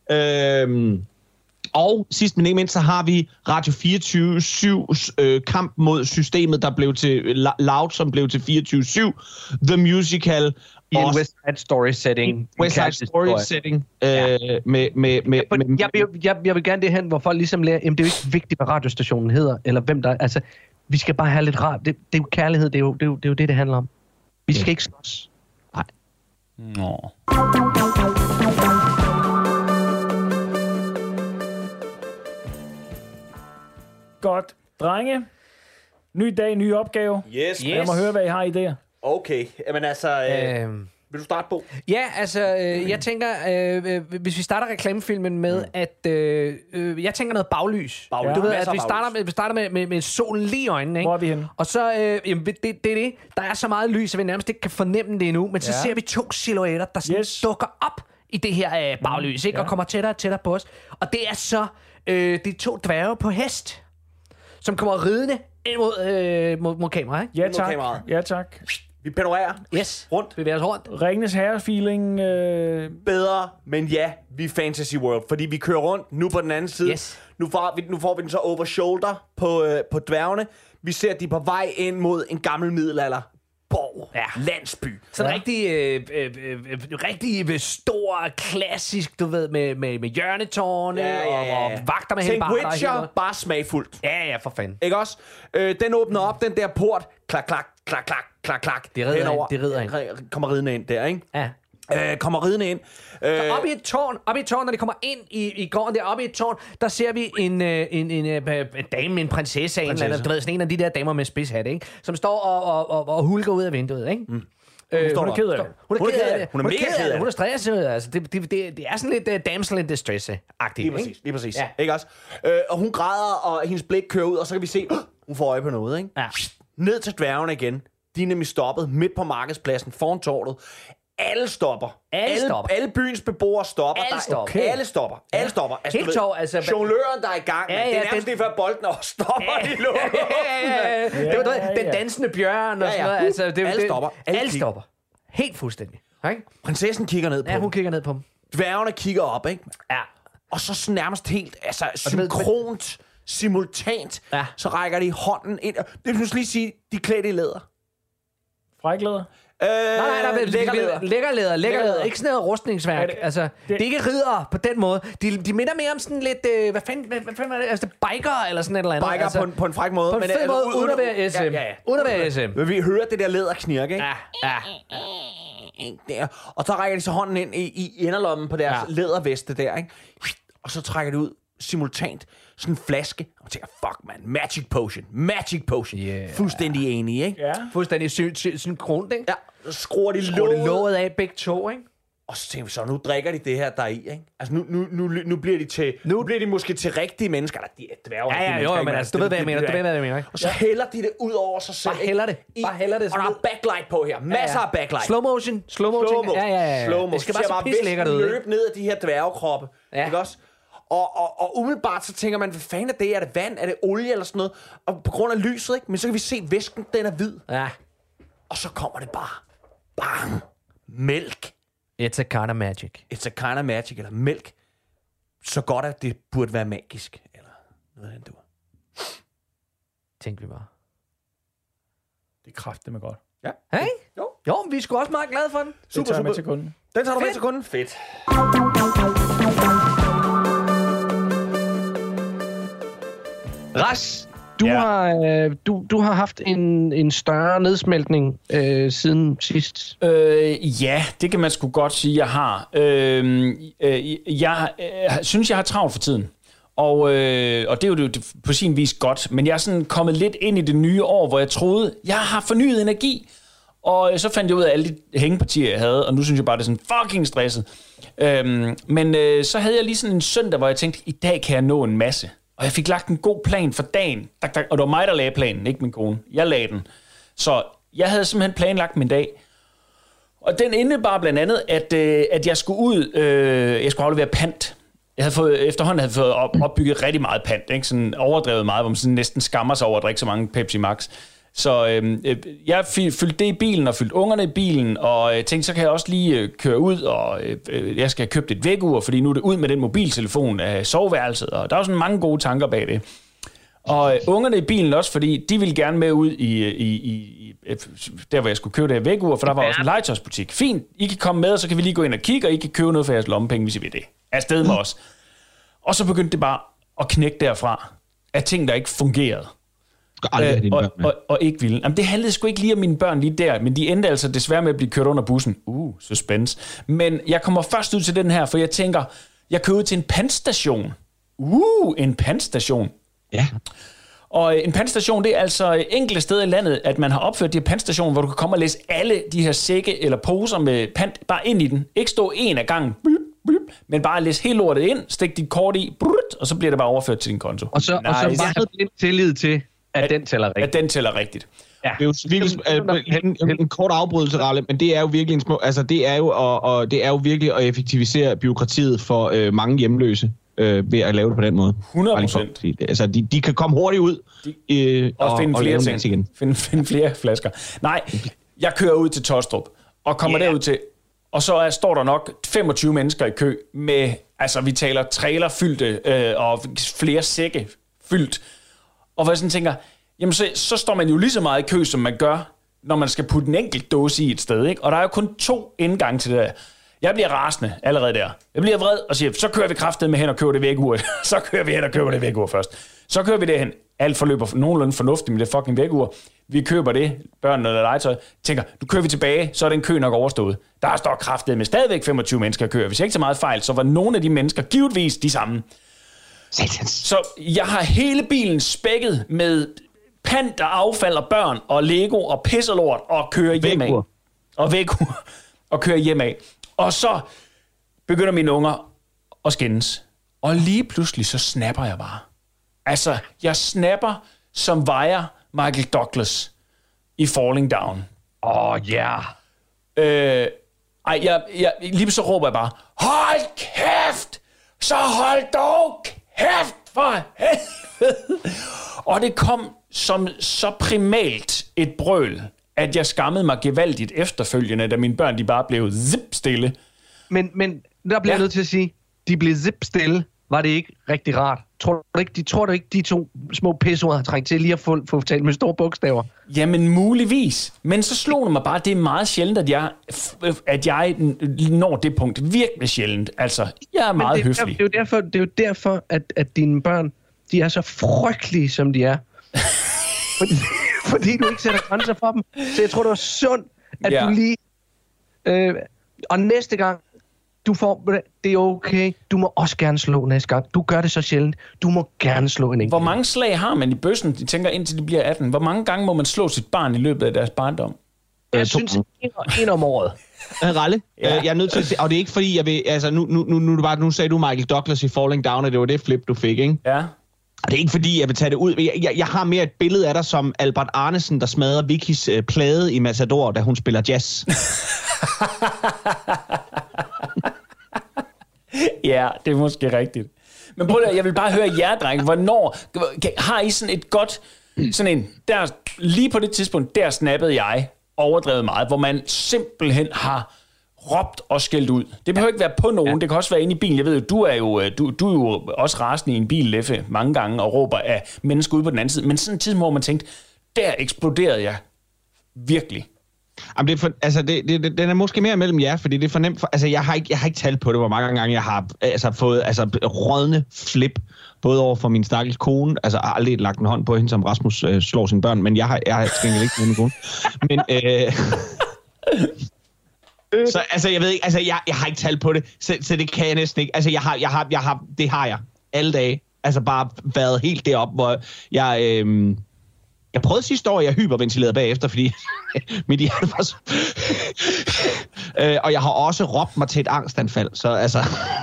Og sidst men ikke mindst, så har vi Radio 24/7's kamp mod systemet, der blev til Loud, som blev til 24/7. The Musical. I en West Side Story setting. West Side Story setting. Jeg vil gerne det hen, hvor folk ligesom lærer, jamen det er jo ikke vigtigt, hvad radiostationen hedder, eller hvem der er. Altså, vi skal bare have lidt rart. Det er jo kærlighed, det er jo det handler om. Vi skal ikke slås. Nej. Nå. Godt. Drenge, ny dag, ny opgave. Yes. Jeg må høre, hvad I har idéer. Okay, men altså, vil du starte på? Ja, altså, jeg tænker, hvis vi starter reklamefilmen med, at jeg tænker noget baglys. Du ved, at vi starter med solen lige i øjnene, ikke? Hvor er vi henne? Og så, det. Der er så meget lys, at vi nærmest ikke kan fornemme det endnu, men så ser vi 2 silhuetter, der sådan dukker op i det her baglys, ikke? Og kommer tættere og tættere på os. Og det er så de 2 dværge på hest, som kommer ridende ind mod kameraet, ikke? Ja, tak. Ja, tak. Vi panorerer rundt. Bevæger os rundt. Ringenes Herre-feeling. Bedre, men ja, vi er Fantasy World, fordi vi kører rundt nu på den anden side. Yes. Nu får vi den så over shoulder på dværgene. Vi ser, at de er på vej ind mod en gammel middelalder borg, landsby. Så rigtig stor, klassisk, du ved, med hjørnetårne og vagter med helbarter. Tænk Witcher, bare smagfuldt. Ja, for fanden. Ikke også? Den åbner op, den der port. Klak, klak, klak, klak, klak, klak. Det rider ind. Kommer ridende ind der, ikke? Ja. Kommer ridende ind. Så op i et tårn, når de kommer ind i gården der, oppe i et tårn, der ser vi en dame, en prinsesse, en eller anden, du ved, sådan en af de der damer med spidshat, ikke? Som står og hulker ud af vinduet, ikke? Hun er ked af det. Hun er ked af det. Hun er mega ked af det. Hun er stresset. Altså, det er sådan lidt damsel in distress-agtigt. Lige præcis. Ja. Ikke også? Og hun græder, og hendes blik kører ud, og så kan vi se, hun får øje på noget, ikke? Ja. Ned til dværgene igen. De er nemlig stoppet midt på markedspladsen foran torvet. Alle stopper. Alle byens beboere stopper. Alle stopper. Altså, Helt tår, altså. Jongløren, der er i gang. Det er nærmest lige før bolden også stopper i luften. Det var den dansende bjørn og sådan noget. Altså, alle stopper. Alle stopper. Helt fuldstændig. Okay? Prinsessen kigger ned på dem. Hun kigger ned på dem. Dværgene kigger op, ikke? Ja. Og så nærmest helt, altså synkront, simultant, så rækker de hånden ind. Det vil lige sige, de er klædt i læder. Fræklæder? Lækker læder. Ikke sådan noget rustningsværk. Altså, det er ikke ridere på den måde. De minder mere om sådan lidt, hvad fanden er det? Altså, biker eller sådan et eller andet. Biker altså, på en fræk måde. På en fed måde, uden at være SM. Uden at være SM. Men vi hører det der læderknirk, ikke? Ja. Der. Og så rækker de så hånden ind i inderlommen på deres læderveste der, ikke? Og så trækker de ud simultant sådan en flaske, og tænker, fuck man, magic potion. Yeah. Fuldstændig enige, ikke? Ja. Fuldstændig synkront, ikke? Ja, så skruer de låget af begge to, ikke? Og så tænker vi så, nu drikker de det her, der er i, ikke? Altså, nu bliver de til... Nu bliver de måske til rigtige mennesker. Eller de er dværger. Ja, men altså, du ved, hvad jeg mener. Og så hælder de det ud over sig selv. Bare hælder det. Og der er backlight på her. Masser af backlight. Slow motion. Ja. Slow motion. Det skal bare så pisselækkert ud. Løbe ned af de her dværgekroppe. Ja. Ikke også? Og umiddelbart så tænker man, hvad fanden er det? Er det vand? Er det olie eller sådan noget? Og på grund af lyset, ikke? Men så kan vi se, at væsken, den er hvid. Ja. Og så kommer det bare. Bang! Mælk. It's a kind of magic. It's a kind of magic, eller mælk. Så godt, at det burde være magisk. Eller noget af den dur. Tænk vi bare. Det er kraftedeme godt. Ja. Hey? Jo, vi er sgu også meget glade for den. Super. Med til kunden. Den tager du med til kunden. Fedt. Ras, du har haft en større nedsmeltning siden sidst. Ja, det kan man sgu godt sige, jeg har. Jeg synes, jeg har travlt for tiden. Og det er jo på sin vis godt. Men jeg er sådan kommet lidt ind i det nye år, hvor jeg troede, jeg har fornyet energi. Og så fandt jeg ud af alle de hængepartier, jeg havde. Og nu synes jeg bare, det er sådan fucking stresset. Men så havde jeg lige sådan en søndag, hvor jeg tænkte, i dag kan jeg nå en masse. Og jeg fik lagt en god plan for dagen. Og det var mig, der lagde planen, ikke min kone. Jeg lagde den. Så jeg havde simpelthen planlagt min dag. Og den indebar blandt andet, at jeg skulle ud, jeg skulle aflevere pant. Jeg efterhånden havde fået opbygget rigtig meget pant, ikke? Sådan overdrevet meget, hvor man sådan næsten skammer sig over at drikke så mange Pepsi Max. Så jeg fyldte det i bilen og fyldte ungerne i bilen, og tænkte, så kan jeg også lige køre ud, og jeg skal have købt et vækkeur, fordi nu er det ud med den mobiltelefon af soveværelset, og der er jo sådan mange gode tanker bag det. Og ungerne i bilen også, fordi de ville gerne med ud i der, hvor jeg skulle købe det her vækkeur, for der var også en legetøjsbutik. Fint, I kan komme med, og så kan vi lige gå ind og kigge, og I kan købe noget for jeres lommepenge, hvis I vil det. Afsted med os. Og så begyndte det bare at knække derfra, af ting, der ikke fungerede. Og ikke ville. Jamen, det handlede sgu ikke lige om mine børn lige der, men de endte altså desværre med at blive kørt under bussen. Suspense. Men jeg kommer først ud til den her, for jeg tænker, jeg kører ud til en pantstation. En pantstation. Ja. Og en pantstation, det er altså enkelte steder i landet, at man har opført de her pantstationer, hvor du kan komme og læse alle de her sække eller poser med pant bare ind i den. Ikke stå en af gangen, men bare læse hele lortet ind, stik dit kort i, og så bliver det bare overført til din konto. Og så bare have en tillid til, at den tæller rigtigt. At den tæller rigtigt. Ja. Det er jo virkelig en kort afbrydelse, Ralle, men det er jo virkelig det er jo virkelig at effektivisere byråkratiet for mange hjemløse ved at lave det på den måde. 100%. Altså, de kan komme hurtigt ud og finde flere ting igen. Finde flere flasker. Nej, jeg kører ud til Tostrup og kommer derud til, og så står der nok 25 mennesker i kø med, altså vi taler trailer fyldte og flere sække fyldt. Og hvor jeg sådan tænker, jamen så står man jo lige så meget i kø, som man gør, når man skal putte en enkelt dåse i et sted, ikke? Og der er jo kun 2 indgange til det der. Jeg bliver rasende allerede der. Jeg bliver vred og siger, så kører vi kraftedeme hen og køber det vækkeur. Så kører vi hen og køber det vækkeur først. Så kører vi derhen. Alt forløber nogenlunde fornuftigt med det fucking vækkeur. Vi køber det, børnene eller legetøj. Tænker, nu kører vi tilbage, så er den kø nok overstået. Der står kraftedeme stadigvæk 25 mennesker i kø. Hvis jeg ikke så meget fejl, så var nogle af de mennesker givetvis de samme. Satans. Så jeg har hele bilen spækket med pant og affald og børn og Lego og pisselort og kører hjem af. Og vækkeur. Og kører hjem af. Og så begynder mine unger at skændes. Og lige pludselig så snapper jeg bare. Altså, jeg snapper, som vejer Michael Douglas i Falling Down. Lige så råber jeg bare, hold kæft! Så hold dog kæft for helvede! Og det kom som så primalt et brøl, at jeg skammede mig gevaldigt efterfølgende, da mine børn de bare blev zip-stille. Men der bliver jeg nødt til at sige, de blev zip-stille, var det ikke rigtig rart. Tror du ikke, de 2 små pisseord har trængt til lige at få talt med store bogstaver? Jamen muligvis. Men så slog det mig bare, det er meget sjældent, at jeg når det punkt. Virkelig sjældent. Altså, jeg er meget høflig. Det er jo derfor, at dine børn, de er så frygtelige, som de er. Fordi du ikke sætter grænser for dem. Så jeg tror, det var sundt, at du lige... og næste gang, du får... Det er okay. Du må også gerne slå næste gang. Du gør det så sjældent. Du må gerne slå en enkelt. Hvor mange slag har man i bøssen, de tænker, indtil de bliver 18? Hvor mange gange må man slå sit barn i løbet af deres barndom? Jeg synes, en om året. Ralle. Ja. Jeg er nødt til at se, og det er ikke fordi, jeg vil... Altså, nu sagde du Michael Douglas i Falling Down, og det var det flip, du fik, ikke? Ja. Og det er ikke fordi, jeg vil tage det ud. Jeg har mere et billede af dig som Albert Arnesen, der smadrer Vickys plade i Matador, da hun spiller jazz. Ja, det er måske rigtigt. Men prøv at, jeg vil bare høre jer, drenge. Hvornår har I sådan et godt... Sådan en... Der, lige på det tidspunkt, der snappede jeg overdrevet meget, hvor man simpelthen har råbt og skældt ud. Det behøver ikke være på nogen. Ja. Det kan også være inde i bilen. Jeg ved jo, du er jo også rasende i en bil, Leffe, mange gange og råber af mennesker ude på den anden side. Men sådan en tidspunkt, hvor man tænkte, der eksploderede jeg virkelig. Jamen den er måske mere mellem jer, fordi det er for nemt. Jeg har ikke talt på det, hvor mange gange jeg har fået rådne flip, både over for min stakkels kone. Altså, jeg har aldrig lagt en hånd på hende, som Rasmus slår sine børn, men jeg har skænket ikke med min kone. Men så jeg ved ikke, jeg har ikke talt på det, så det kan jeg næsten ikke. Altså, det har jeg alle dage. Altså, bare været helt derop, hvor jeg prøvede sidste år, at jeg hyperventilerede bagefter, fordi mit hjerte var så... og jeg har også råbt mig til et angstanfald, så altså...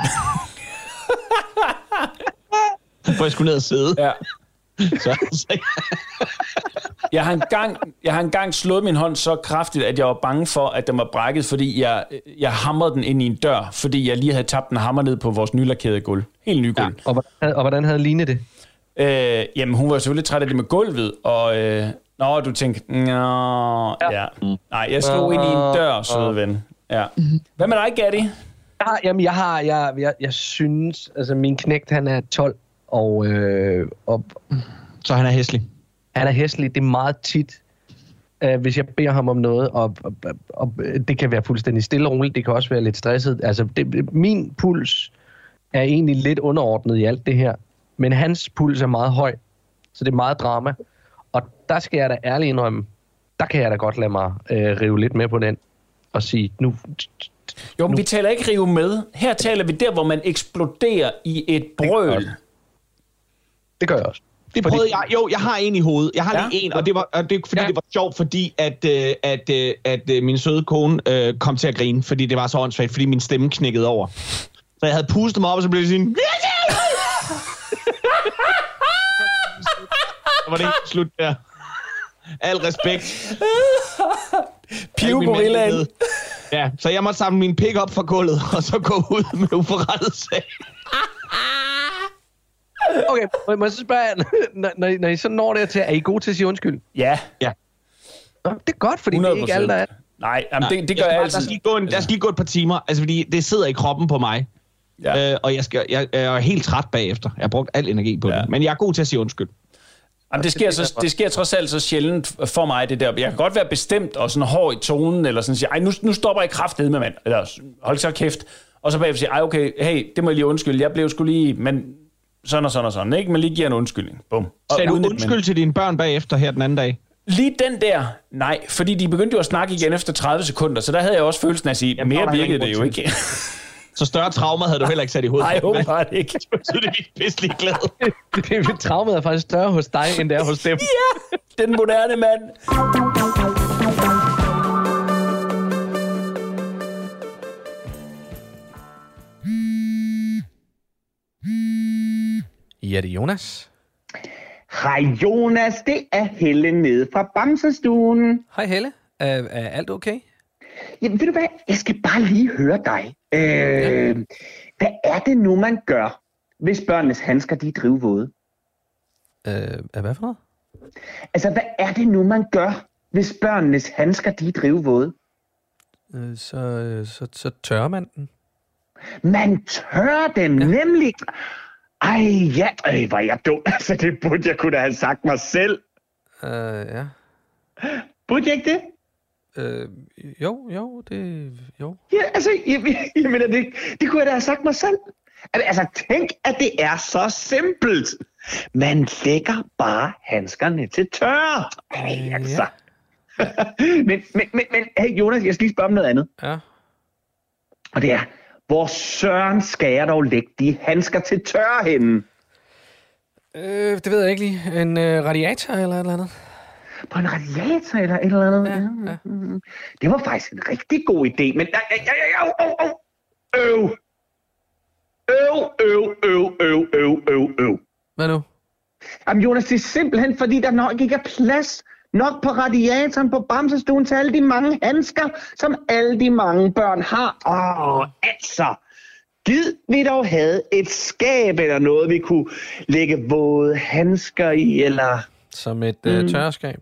For jeg skulle ned og sidde. Ja. Så. Jeg har engang slået min hånd så kraftigt, at jeg var bange for, at den var brækket, fordi jeg hamrede den ind i en dør, fordi jeg lige havde tabt en hammer ned på vores nylakerede gulv. Helt ny gulv. Ja. Og hvordan havde Line det? Jamen, hun var selvfølgelig træt af det med gulvet, og du tænkte, ja. Nej, jeg slog ind i en dør, søde ven. Ja. Hvad med dig, Gatti? Jamen, jeg synes, altså min knægt, han er 12, og så han er hæslig. Han er hæslig, det er meget tit, hvis jeg beder ham om noget, og det kan være fuldstændig stille og roligt, det kan også være lidt stresset. Altså, min puls er egentlig lidt underordnet i alt det her, men hans puls er meget høj, så det er meget drama. Og der skal jeg da ærligt indrømme, der kan jeg da godt lade mig rive lidt med på den, og sige, nu... Jo, men vi taler ikke rive med. Her taler vi der, hvor man eksploderer i et brøl. Det gør jeg også. Det prøvede jeg. Jo, jeg har en i hovedet. Jeg har lige en, og det var fordi det var sjovt, fordi at min søde kone kom til at grine, fordi det var så åndssvagt, fordi min stemme knækkede over. Så jeg havde pustet mig op, og så blev det sådan... Så var det helt slut der. Al respekt. Pivgorillaen. Ja, så jeg måtte samle min pick op fra gulvet, og så gå ud med uforrettet sag. Okay, må jeg så spørge, når I så når dertil, er I gode til at sige undskyld? Ja. Nå, det er godt, fordi 100%. Det er ikke alle, der er. Nej, jamen, det gør jeg altid. Der skal lige gå et par timer, altså fordi det sidder i kroppen på mig. Ja. Og jeg er helt træt bagefter. Jeg har brugt al energi på det. Men jeg er god til at sige undskyld. Jamen, det sker trods alt så sjældent for mig, det der. Jeg kan godt være bestemt og sådan hård i tonen, eller sådan sige, ej, nu stopper jeg kraftedeme, mand. Eller hold så kæft. Og så bagefter sige, ej, okay, hey, det må jeg lige undskylde. Jeg blev sgu lige, men sådan og sådan og sådan, ikke? Men lige giver en undskyldning. Bum. Sagde du undskyld til dine børn bagefter her den anden dag? Lige den der, nej, fordi de begyndte jo at snakke igen efter 30 sekunder, så der havde jeg også følelsen af at sige, mere virkede det jo ikke. Så større traumer havde du heller ikke sat i hovedet? Nej, åbenbart ikke. Så er det pisselig glad. Traumet er faktisk større hos dig, end det er hos dem. Ja, den moderne mand. Ja, det er Jonas. Hej Jonas, det er Helle nede fra Bamsestuen. Hej Helle, er alt okay? Jamen ved du hvad, jeg skal bare lige høre dig. Hvad er det nu, man gør, hvis børnenes handsker, de er drivvåde? Hvad for noget? Altså, hvad er det nu, man gør, hvis børnenes handsker, de er drivvåde? Så tørrer man den. Man tørrer dem, nemlig. Hvor er jeg dum. Altså, det burde jeg kunne have sagt mig selv. Ja. Burde jeg ikke det? Jo. Ja, altså, jeg mener, det kunne jeg da have sagt mig selv. Altså, tænk, at det er så simpelt. Man lægger bare handskerne til tørre. Altså. men hey Jonas, jeg skal lige spørge om noget andet. Ja. Og det er, hvor søren skal jeg dog lægge de handsker til tørre henne? Det ved jeg ikke lige. En radiator eller et eller andet? på en radiator eller et eller andet. Ja. Det var faktisk en rigtig god idé, men... Hvad nu? Jamen Jonas, det er simpelthen fordi, der nok ikke er plads nok på radiatoren på bamsestuen til alle de mange handsker, som alle de mange børn har. Altså... Gid vi dog havde et skab eller noget, vi kunne lægge våde handsker i, eller... Som et tørreskab?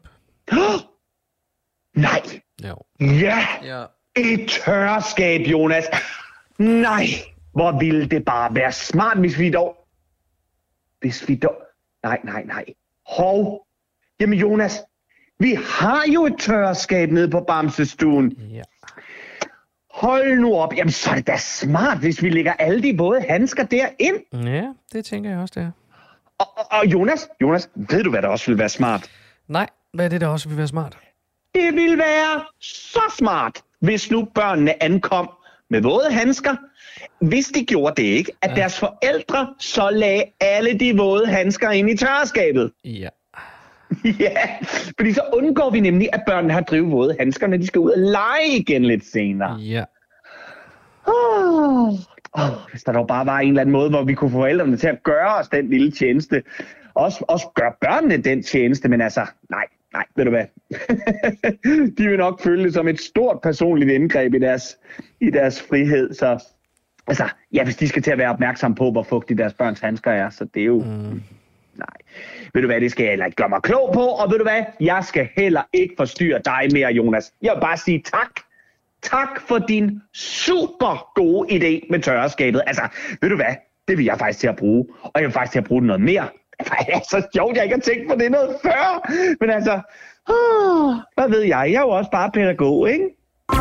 Nej! Jo. Ja! Et tørreskab, Jonas! Nej! Hvor ville det bare være smart, hvis vi dog... Nej. Hov! Jamen Jonas, vi har jo et tørreskab nede på bamsestuen. Ja. Hold nu op. Jamen, så er det da smart, hvis vi lægger alle de våde handsker derind. Ja, det tænker jeg også, det er. Og Jonas, ved du, hvad der også vil være smart? Nej, hvad er det, der også vil være smart? Det vil være så smart, hvis nu børnene ankom med våde handsker. Hvis de gjorde det ikke, at deres forældre så lagde alle de våde handsker ind i tørreskabet. Ja. Ja, fordi så undgår vi nemlig, at børnene har drivet våde handsker, når de skal ud og lege igen lidt senere. Ja. Hvis der dog bare var en eller anden måde, hvor vi kunne få forældrene til at gøre os den lille tjeneste. Også gøre børnene den tjeneste, men altså, nej, ved du hvad. De vil nok føle det som et stort personligt indgreb i deres frihed, så... Altså, ja, hvis de skal til at være opmærksom på, hvor fugtige deres børns handsker er, så det er jo... Nej. Ved du hvad, det skal jeg heller ikke gøre mig klog på, og ved du hvad, jeg skal heller ikke forstyrre dig mere, Jonas. Jeg vil bare sige tak. Tak for din super gode idé med tørreskabet. Altså, ved du hvad, det vil jeg faktisk til at bruge, og jeg vil faktisk til at bruge det noget mere. Det er så sjovt, jeg ikke har tænkt på det noget før. Men altså, hvad ved jeg? Jeg er jo også bare pædagog, ikke?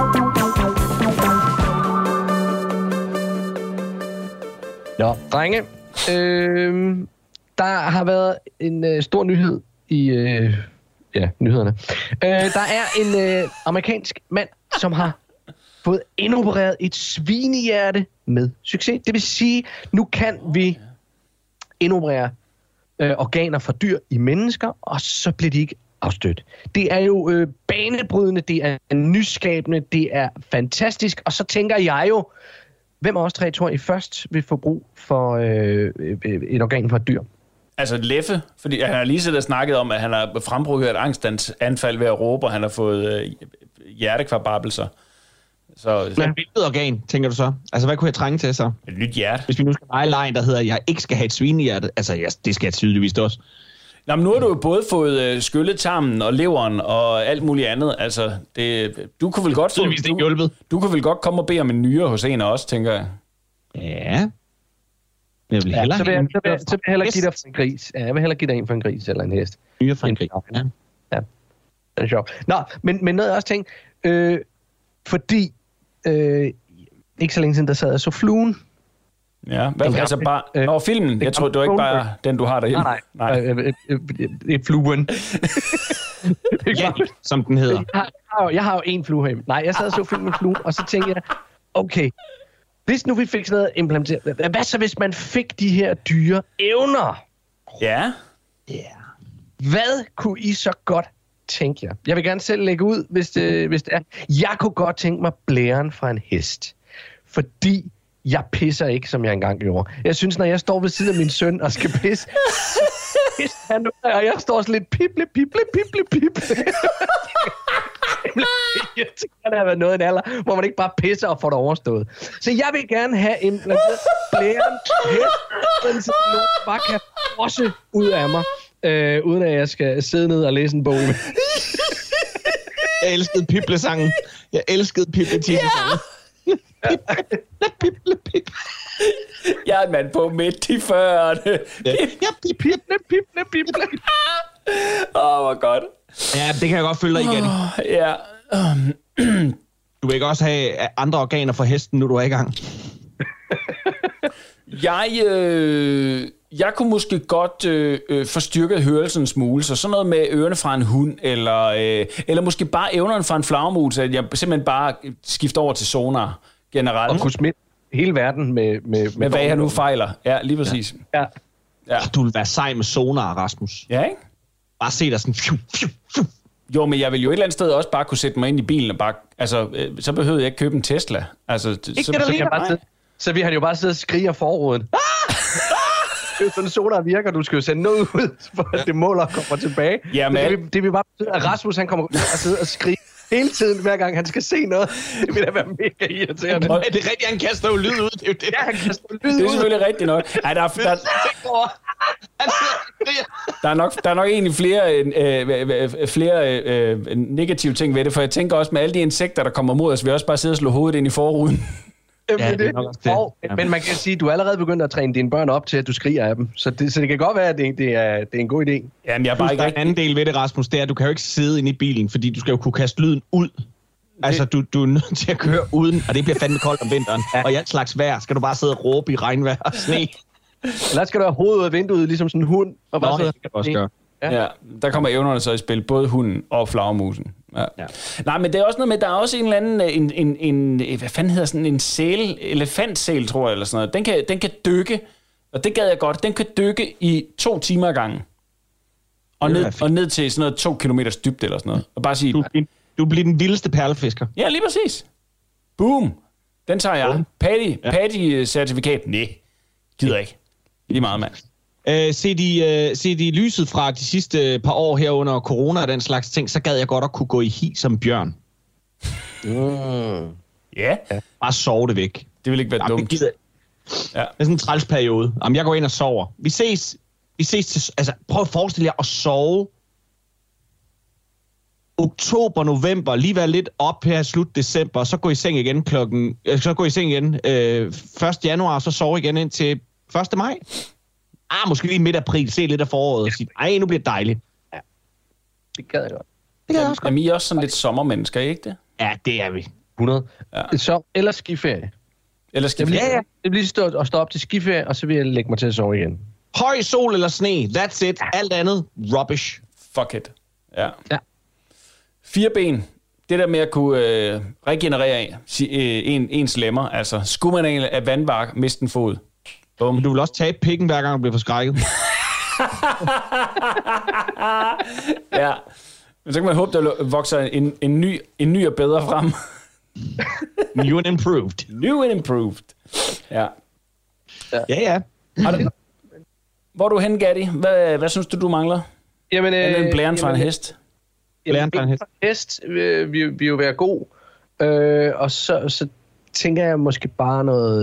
Nå, drenge. Der har været en stor nyhed i nyhederne. Der er en amerikansk mand, som har fået indopereret et svinehjerte med succes. Det vil sige, nu kan vi indoperere organer fra dyr i mennesker, og så bliver de ikke afstødt. Det er jo banebrydende, det er nyskabende, det er fantastisk, og så tænker jeg jo, hvem af os tre tror I først vil få brug for et organ fra et dyr? Altså Leffe, fordi han har lige siddet og snakket om, at han har frembrugt et angstanfald ved at råbe, og han har fået hjertekvababelser. Så hvilket organ, tænker du så? Altså, hvad kunne jeg trænge til så? Et nyt hjerte. Hvis vi nu skal lege lejen, der hedder, at jeg ikke skal have et svinehjerte. Altså, det skal jeg tydeligvis også. Nå, men nu har du jo både fået skyllet tarmen og leveren og alt muligt andet. Altså, du kunne vel godt få... Du kunne vel godt komme og bede om en nyre hos en af os, tænker jeg. Ja. Jeg vil så vil jeg hellere give dig for en gris. Ja, jeg vil hellere give dig en for en gris eller en hest. Nyre for en gris, ja. Det er sjovt. Nå, men noget jeg også tænkt, fordi ikke så længe siden, der sad jeg så Fluen. Ja, hvad altså bare... filmen. Jeg tror, det var ikke bare den, du har derhjemme. Nej. Det er Fluen. Ja, som den hedder. Jeg har jo en flue hjemme. Nej, jeg sad og så filmen Fluen, og så tænkte jeg, okay, hvis nu vi fik sådan noget implementeret, hvad så hvis man fik de her dyre evner? Ja. Hvad kunne I så godt tænke jer? Jeg vil gerne selv lægge ud, hvis det er. Jeg kunne godt tænke mig blæren fra en hest. Fordi jeg pisser ikke, som jeg engang gjorde. Jeg synes, når jeg står ved siden af min søn og skal pisse, og jeg står sådan lidt pible. Jeg tænker, der har været noget i en alder, hvor man ikke bare pisser og får det overstået. Så jeg vil gerne have en blæren hest, så nogen bare kan frosse ud af mig, uden at jeg skal sidde ned og læse en bog. Jeg elskede Piblesangen. Jeg elskede Pibletitlesangen. Pible. Jeg er en mand på midt i 40'erne. Pible. Hvor godt. Ja, det kan jeg godt følge dig igen. Ja. Du vil ikke også have andre organer for hesten, nu du er i gang? Jeg kunne måske godt få styrket hørelsen en smule, så sådan noget med ørerne fra en hund, eller måske bare evnerne fra en flagermus, at jeg simpelthen bare skifter over til sonar generelt. Og kunne smitte hele verden med hvad jeg nu fejler. Ja, lige præcis. Ja. Du vil være sej med sonar, Rasmus. Ja, ikke? Bare se dig sådan... Jo, men jeg vil jo et eller andet sted også bare kunne sætte mig ind i bilen og bare... Altså, så behøvede jeg ikke købe en Tesla. Altså, så vi har jo bare siddet og skriger forruden. Det er jo sådan, sonar virker. Du skal jo sende noget ud, for at det måler og kommer tilbage. Ja, men... Det vil bare betyde, at Rasmus han kommer og sidder og skriger hele tiden, hver gang han skal se noget. Det vil da være mega irriterende. Det er rigtigt, han kaster jo lyd ud. Det er jo det. Ja, han kaster lyd ud. Det er selvfølgelig rigtigt nok. Ej, der er nok egentlig flere negative ting ved det, for jeg tænker også med alle de insekter, der kommer mod os, vi også bare sidde og slå hovedet ind i forruden. Ja, det er nok også det. Men man kan sige, at du er allerede begyndt at træne dine børn op til, at du skriger af dem. Så det kan godt være, at det er en god idé. Jamen, jeg er bare ikke en anden del ved det, Rasmus, det er, at du kan jo ikke sidde inde i bilen, fordi du skal jo kunne kaste lyden ud. Altså, du er nødt til at køre uden, og det bliver fandme koldt om vinteren. Ja. Og i alt slags vejr skal du bare sidde og råbe i regnvejr og sne. Eller skal du have hovedet ud af vinduet, ligesom sådan en hund? Og bare det kan også gøre. Ja, der kommer evnerne så i spil, både hunden og flagermusen. Ja. Nej, men det er også noget med, der er også en eller anden, hvad fanden hedder sådan en elefantsæl, tror jeg, eller sådan noget. Den kan dykke, og det gad jeg godt, den kan dykke i 2 timer ad gangen. Og ned til sådan noget 2 kilometers dybde eller sådan noget. Og bare sige... Du bliver den vildeste perlefisker. Ja, lige præcis. Boom. Den tager jeg. Patty-certifikat. Nej, gider ikke. Lige meget, mand. Se de lyset fra de sidste par år her under corona og den slags ting, så gad jeg godt at kunne gå i hi som bjørn. Ja. Bare sove det væk. Det vil ikke være dumt. Det er sådan en trælsperiode. Jamen, jeg går ind og sover. Vi ses til... Altså, prøv at forestille jer at sove oktober, november, lige være lidt op her slut december, så gå i seng igen 1. januar, så sove igen ind til 1. maj. Måske lige midt april, se lidt af foråret og sige, nu bliver det dejligt. Ja. Det gad jeg godt. Jamen, I er også sådan lidt sommermennesker, ikke det? Ja, det er vi. 100. Ja. Så, eller skiferie. Jeg vil lige stå op til skiferie, og så vil jeg lægge mig til at sove igen. Høj sol eller sne, that's it. Alt andet, rubbish. Fuck it. Ja. 4 ben. Det der med at kunne regenerere ens lemmer, altså skulle man af vandvark, miste en fod. Men du vil også tabe pikken, hver gang du bliver forskrækket. Ja. Men så kan man håbe, der vokser en ny og bedre frem. New and improved. New and improved. Ja. Ja. Hvor er du hen, Gatti? Hvad synes du mangler? Jamen, en blæren fra en hest? Blæren fra en hest vil jo være god. Og så tænker jeg måske bare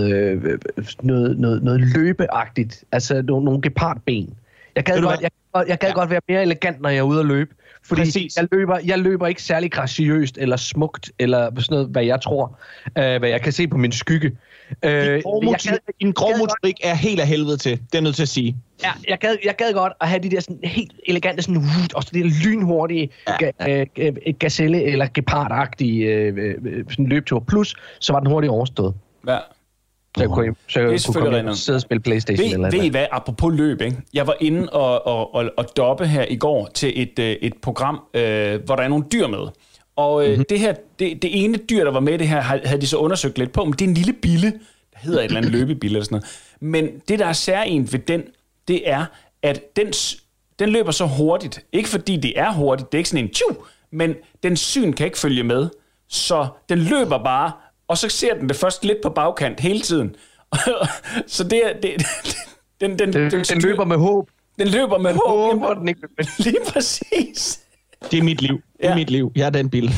noget løbeagtigt. Altså nogle gepardben. Jeg gad godt være mere elegant, når jeg er ude at løbe. Fordi jeg løber ikke særlig graciøst eller smukt, eller sådan noget, hvad jeg tror, hvad jeg kan se på min skygge. Din grov motorik er helt af helvede til, det er nødt til at sige. Ja, jeg gad godt at have de der sådan helt elegante, sådan, og så det der lynhurtige gazelle- eller gepardagtige sådan løbetur. Plus, så var den hurtigt overstået. Ja. Så jeg kunne sidde og spille PlayStation. Ved I hvad, apropos løb, ikke? Jeg var inde og doppe her i går til et program, hvor der er nogle dyr med. Og det ene dyr, der var med det her, havde de så undersøgt lidt på, men det er en lille bille, der hedder et eller andet løbebille eller sådan noget. Men det, der er særligt ved den, det er, at den løber så hurtigt. Ikke fordi det er hurtigt, det er ikke sådan en men den syn kan ikke følge med. Så den løber bare, og så ser den det først lidt på bagkant hele tiden. Så den løber med håb. Den løber med håb. Håber den ikke. Lige præcis. Det er mit liv. Det er mit liv. Jeg er den bil.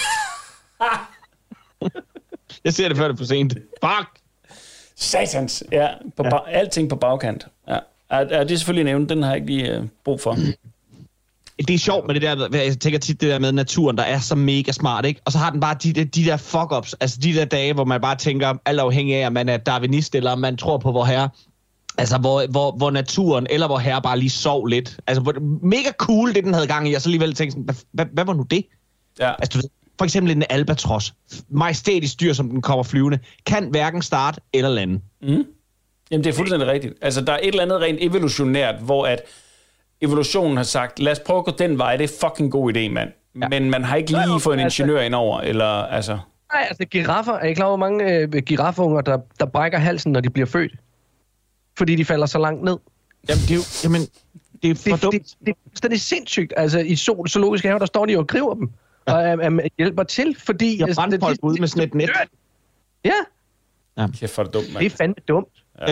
Jeg ser det før det er for sent. Fuck! Satans. Ja, alting på bagkant. Ja. Det er selvfølgelig en evne, den har jeg ikke lige brug for. Det er sjovt med det der, jeg tænker tit det der med naturen, der er så mega smart, ikke? Og så har den bare de der fuck-ups, altså de der dage, hvor man bare tænker, alt afhængig af, om man er darwinist, eller om man tror på vor herre. Altså, hvor naturen, eller vor herre bare lige sov lidt. Altså, mega cool, det den havde gang i, og så alligevel tænkte sådan, hvad var nu det? Ja. Altså, du ved, for eksempel en albatros, majestætisk dyr, som den kommer flyvende, kan hverken starte eller lande. Mm. Jamen, det er fuldstændig rigtigt. Altså, der er et eller andet rent evolutionært, hvor at evolutionen har sagt, lad os prøve at gå den vej, det er fucking god idé, mand. Ja. Men man har ikke lige fået en ingeniør indover, eller altså... Nej, altså giraffer, er I klar over, hvor mange giraffunger, der brækker halsen, når de bliver født? Fordi de falder så langt ned. Jamen, Det er for dumt. Det er sindssygt. Altså, i zoologiske have, der står de og griber dem. Og hjælper til, fordi... Jeg brændte folk ud med sådan et net. Ja. Kæft, for det dumt, det er fandme dumt.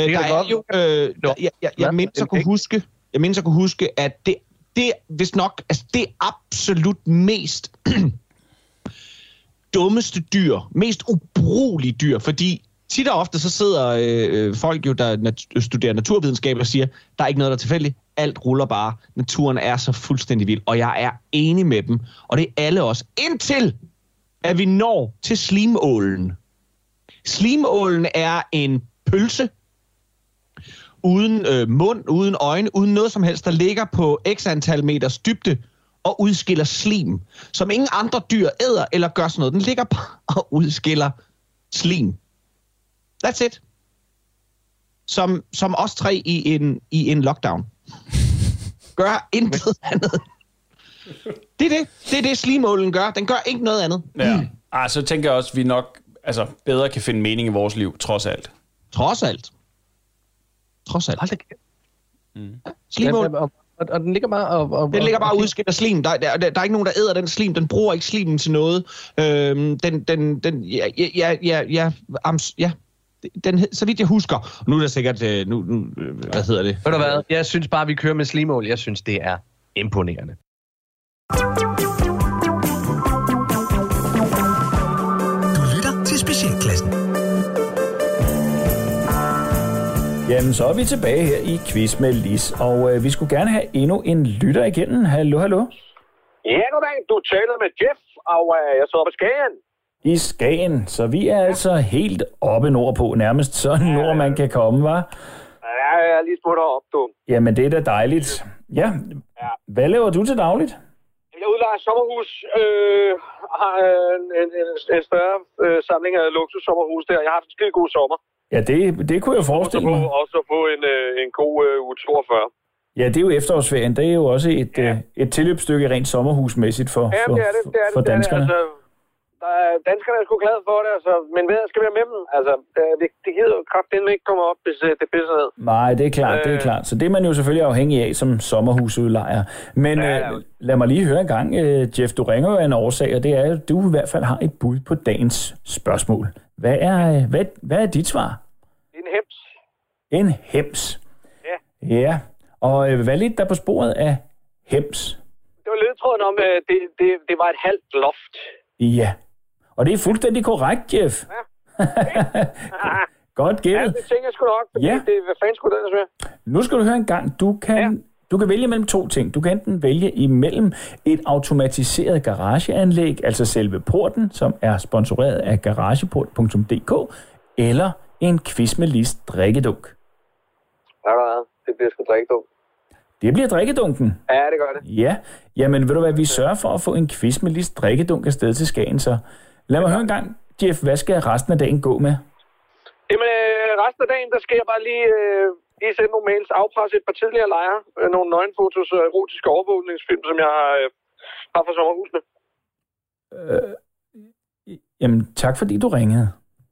Jeg mindes at kunne huske, at det vist nok, altså det absolut mest dummeste dyr, mest ubrugelige dyr, fordi tit og ofte så sidder folk jo, der studerer naturvidenskab og siger, der er ikke noget, der er tilfældigt, alt ruller bare, naturen er så fuldstændig vild, og jeg er enig med dem, og det er alle os, indtil at vi når til slimålen. Slimålen er en pølse, uden mund, uden øjne, uden noget som helst, der ligger på x antal meters dybde og udskiller slim, som ingen andre dyr æder eller gør sådan noget. Den ligger bare og udskiller slim. That's it. Som os tre i en lockdown. Gør intet andet. Det er det slimålen gør. Den gør ikke noget andet. Ja. Så tænker jeg også, at vi nok bedre kan finde mening i vores liv, trods alt. Trods alt. Slimålen. Og den ligger bare den ligger bare og udskiller slim. Der er ikke nogen, der æder den slim. Den bruger ikke slimen til noget. Så vidt jeg husker. Nu er der sikkert... hvad hedder det? Ved du hvad? Jeg synes bare, vi kører med slimål. Jeg synes, det er imponerende. Du lytter til Specialklassen. Jamen, så er vi tilbage her i Quiz med Lis, og vi skulle gerne have endnu en lytter igennem. Hallo? Ja, goddag. Du taler med Jeff, og jeg sidder på Skagen. I Skagen, så vi er altså helt oppe nordpå, nærmest så nord man kan komme, hva'? Ja, jeg er lige smuttet op, du. Jamen, det er da dejligt. Ja, hvad laver du til dagligt? Jeg udlejer sommerhus, har en større samling af luksussommerhus der. Jeg har haft en skide god sommer. Ja, det kunne jeg forestille mig. Også på en god uge 42. Ja, det er jo efterårsferien. Det er jo også et tilløbsstykke rent sommerhusmæssigt for danskerne. Altså, danskerne er sgu glade for det, altså, men vejret skal være med dem. Altså, det gider jo kraftedeme ikke komme op, hvis det pisser ned. Nej, det er klart. Så det er man jo selvfølgelig afhængig af som sommerhusudlejer. Men lad mig lige høre en gang, Jeff, du ringer jo af en årsag, og det er, at du i hvert fald har et bud på dagens spørgsmål. Hvad er dit svar? En hems. En hems? Ja. Ja, og hvad lidt der på sporet af hems? Det var ledtråden om, det var et halvt loft. Ja, og det er fuldstændig korrekt, Jeff. Ja. Godt gættet. Ja, det tænker jeg sgu nok, fordi hvad fanden skulle det ellers være? Nu skal du høre en gang. Du kan vælge mellem to ting. Du kan enten vælge imellem et automatiseret garageanlæg, altså selve porten, som er sponsoreret af garageport.dk, eller en quiz med Lis drikkedunk. Det bliver sgu drikkedunk. Det bliver drikkedunken? Ja, det gør det. Ja. Jamen, ved du hvad, vi sørger for at få en quiz med Lis drikkedunk afsted til Skagen, så lad mig høre en gang, Jeff, hvad skal resten af dagen gå med? Jamen, resten af dagen, der skal jeg bare lige sende nogle mails, afpresse et par tidligere lejre, nogle nøgenfotos og erotiske overvågningsfilm, som jeg har fra sommerhusene. Jamen, tak fordi du ringede.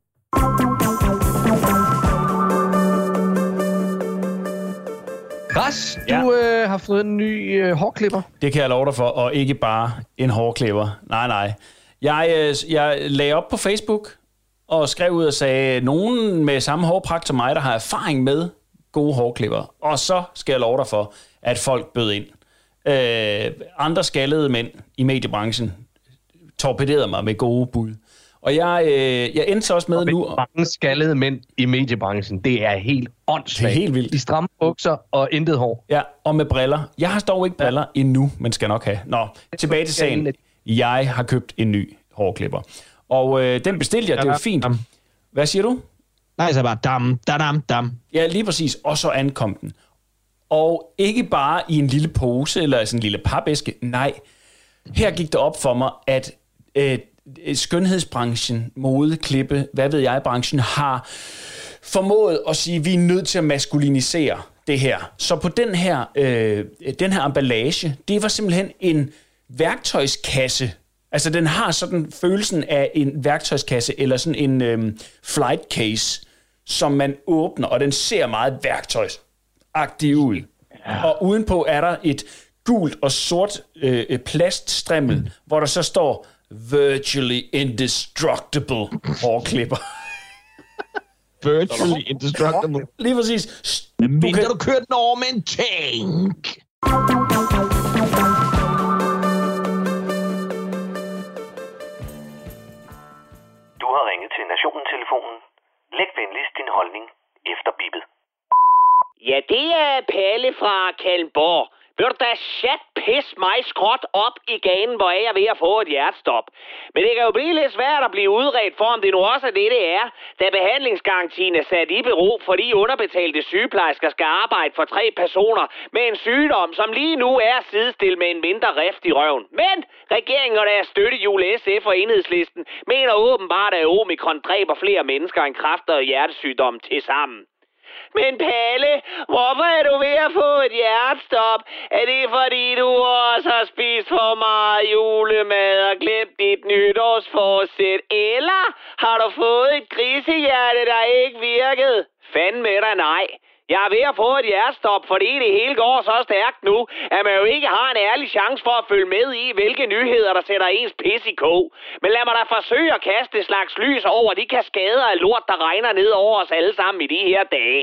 Ras, du har fået en ny hårklipper. Det kan jeg love dig for, og ikke bare en hårklipper. Nej. Jeg lagde op på Facebook og skrev ud og sagde, nogen med samme hårpragt som mig, der har erfaring med gode hårklipper. Og så skal jeg love dig for, at folk bød ind. Andre skaldede mænd i mediebranchen torpederede mig med gode bud. Og jeg endte så også med nu... Mange skaldede mænd i mediebranchen, det er helt åndssvagt. Det er helt vildt. De stramme bukser og intet hår. Ja, og med briller. Jeg har dog ikke briller endnu, men skal nok have. Nå, tilbage til sagen. Jeg har købt en ny hårklipper. Og den bestilte jeg, det var fint. Hvad siger du? Nej, så bare dam. Ja, lige præcis. Og så ankom den. Og ikke bare i en lille pose eller sådan en lille papæske. Nej, her gik det op for mig, at skønhedsbranchen, mode, klippe, hvad ved jeg, branchen har formået at sige, at vi er nødt til at maskulinisere det her. Så på den her emballage, det var simpelthen en værktøjskasse. Altså den har sådan følelsen af en værktøjskasse eller sådan en flight case, som man åbner, og den ser meget værktøjsagtig ud. Og udenpå er der et gult og sort plaststrimmel, hvor der så står virtually indestructible hårklipper. Virtually indestructible. Lige præcis. Mindre du kører den over med en tank. Du har ringet til Nationen-telefonen. Læg venligst din holdning efter bippet. Ja, det er Palle fra Kalmborg. Vil du da pis mig skråt op i ganen, hvor jeg er ved at få et hjertestop. Men det kan jo blive lidt svært at blive udredt for, om det nu også er det er, da behandlingsgarantien er sat i bero, fordi underbetalte sygeplejersker skal arbejde for 3 personer med en sygdom, som lige nu er sidestillet med en mindre rift i røven. Men regeringen og deres støttehjul SF og Enhedslisten mener åbenbart, at omikron dræber flere mennesker end kræft og hjertesygdom til sammen. Men Palle, hvorfor er du ved at få et hjertestop? Er det fordi du også har spist for meget julemad og glemt dit nytårsforsæt? Eller har du fået et grisehjerte, der ikke virkede? Fanden med dig, nej. Jeg er ved at få et hjertestop, fordi det hele går så stærkt nu, at man jo ikke har en ærlig chance for at følge med i, hvilke nyheder, der sætter ens pis i kog. Men lad mig da forsøge at kaste et slags lys over de kaskader af lort, der regner ned over os alle sammen i de her dage.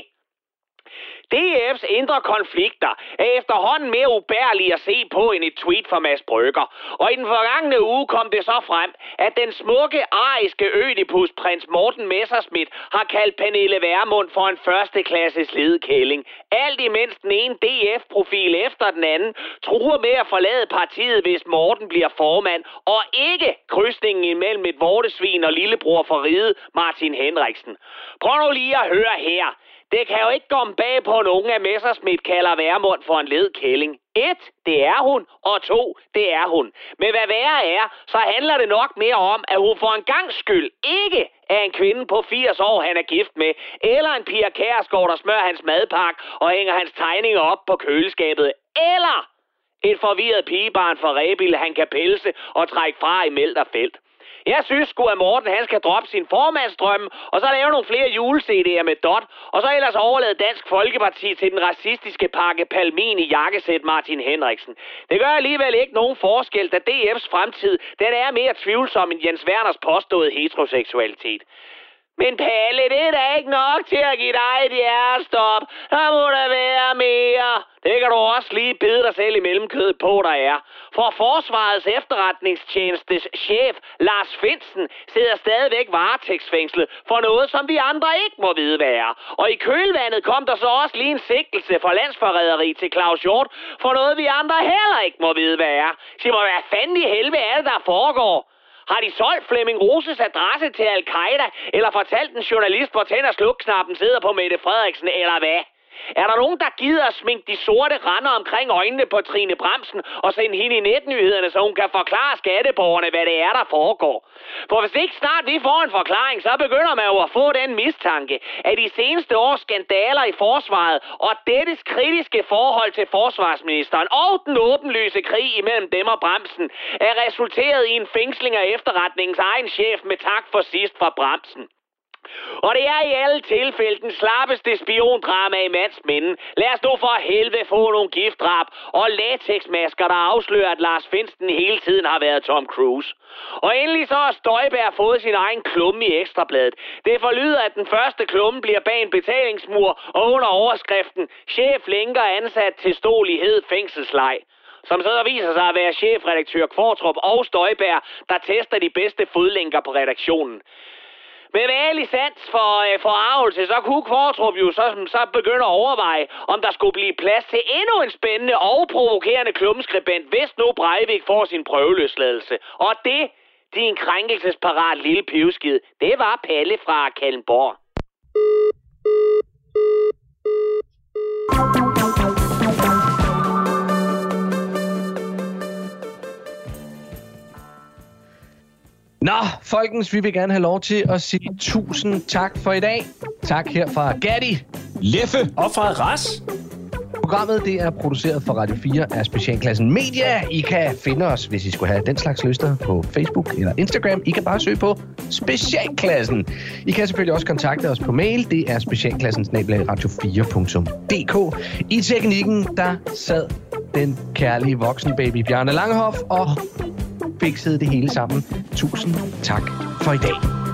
DF's indre konflikter er efterhånden mere ubærlige at se på end et tweet fra Mads Brügger. Og i den forgangne uge kom det så frem, at den smukke ariske ødipus prins Morten Messerschmidt har kaldt Pernille Vermund for en førsteklasses ledekælling. Alt imens den ene DF-profil efter den anden truer med at forlade partiet, hvis Morten bliver formand, og ikke krydsningen imellem et vortesvin og lillebror for riget Martin Henriksen. Prøv nu lige at høre her. Det kan jo ikke komme bag på nogen, at Messerschmidt kalder Vermund for en ledkælling. 1. Det er hun, og 2. Det er hun. Men hvad værre er, så handler det nok mere om, at hun for en gangs skyld ikke er en kvinde på 80 år, han er gift med, eller en Pia Kjærsgaard, der smører hans madpakke og hænger hans tegninger op på køleskabet, eller et forvirret pigebarn fra Rebild, han kan pelse og trække fra i Melterfelt. Jeg synes sgu, at Morten han skal droppe sin formandsdrømme, og så lave nogle flere jule-CD'er med Dot, og så ellers overlade Dansk Folkeparti til den racistiske pakke Palmin i jakkesæt Martin Henriksen. Det gør alligevel ikke nogen forskel, da DF's fremtid den er mere tvivlsom end Jens Werners påståede heteroseksualitet. Men Palle, det er da ikke nok til at give dig et hjertestop. Der må der være mere. Det kan du også lige bide dig selv i mellemkødet på, der er. For Forsvarets efterretningstjenestes chef, Lars Findsen, sidder stadigvæk varetægtsfængslet for noget, som vi andre ikke må vide hvad er. Og i kølvandet kom der så også lige en sigtelse for landsforræderi til Claus Hjort for noget, vi andre heller ikke må vide hvad er. Sig mig, hvad fanden i helvede er det, der foregår? Har de solgt Flemming Roses adresse til Al-Qaida, eller fortalt en journalist, hvor tænd- og slukknappen sidder på Mette Frederiksen, eller hvad? Er der nogen, der gider at sminke de sorte render omkring øjnene på Trine Bramsen og sende hende i netnyhederne, så hun kan forklare skatteborgerne, hvad det er, der foregår? For hvis ikke snart vi får en forklaring, så begynder man jo at få den mistanke, at de seneste års skandaler i forsvaret og dettes kritiske forhold til forsvarsministeren og den åbenlyse krig imellem dem og Bramsen er resulteret i en fængsling af efterretningens egen chef med tak for sidst fra Bramsen. Og det er i alle tilfælde den slappeste spiondrama i mands minde. Lad os nu for helvede få nogle giftdrab og latexmasker, der afslører, at Lars Findsen hele tiden har været Tom Cruise. Og endelig så har Støjberg fået sin egen klumme i Ekstrabladet. Det forlyder, at den første klumme bliver bag en betalingsmur og under overskriften chef lænker ansat til stolighed fængselsleg. Som så viser sig at være chefredaktør Kvartrup og Støjberg, der tester de bedste fodlænker på redaktionen. Med værlig sans for forarvelse, så kunne Kvartrup jo så begynde at overveje, om der skulle blive plads til endnu en spændende og provokerende klummeskribent, hvis nu Breivik får sin prøveløsladelse. Og det, din krænkelsesparat lille pivskid, det var Palle fra Kalmborg. Nå, folkens, vi vil gerne have lov til at sige tusind tak for i dag. Tak her fra Gatti, Leffe og fra Ras. Programmet det er produceret for Radio 4 af Specialklassen Media. I kan finde os, hvis I skulle have den slags lyster, på Facebook eller Instagram. I kan bare søge på Specialklassen. I kan selvfølgelig også kontakte os på mail. Det er specialklassen@radio4.dk. I teknikken, der sad den kærlige voksenbaby Bjarne Langhoff og fikset det hele sammen. Tusind tak for i dag.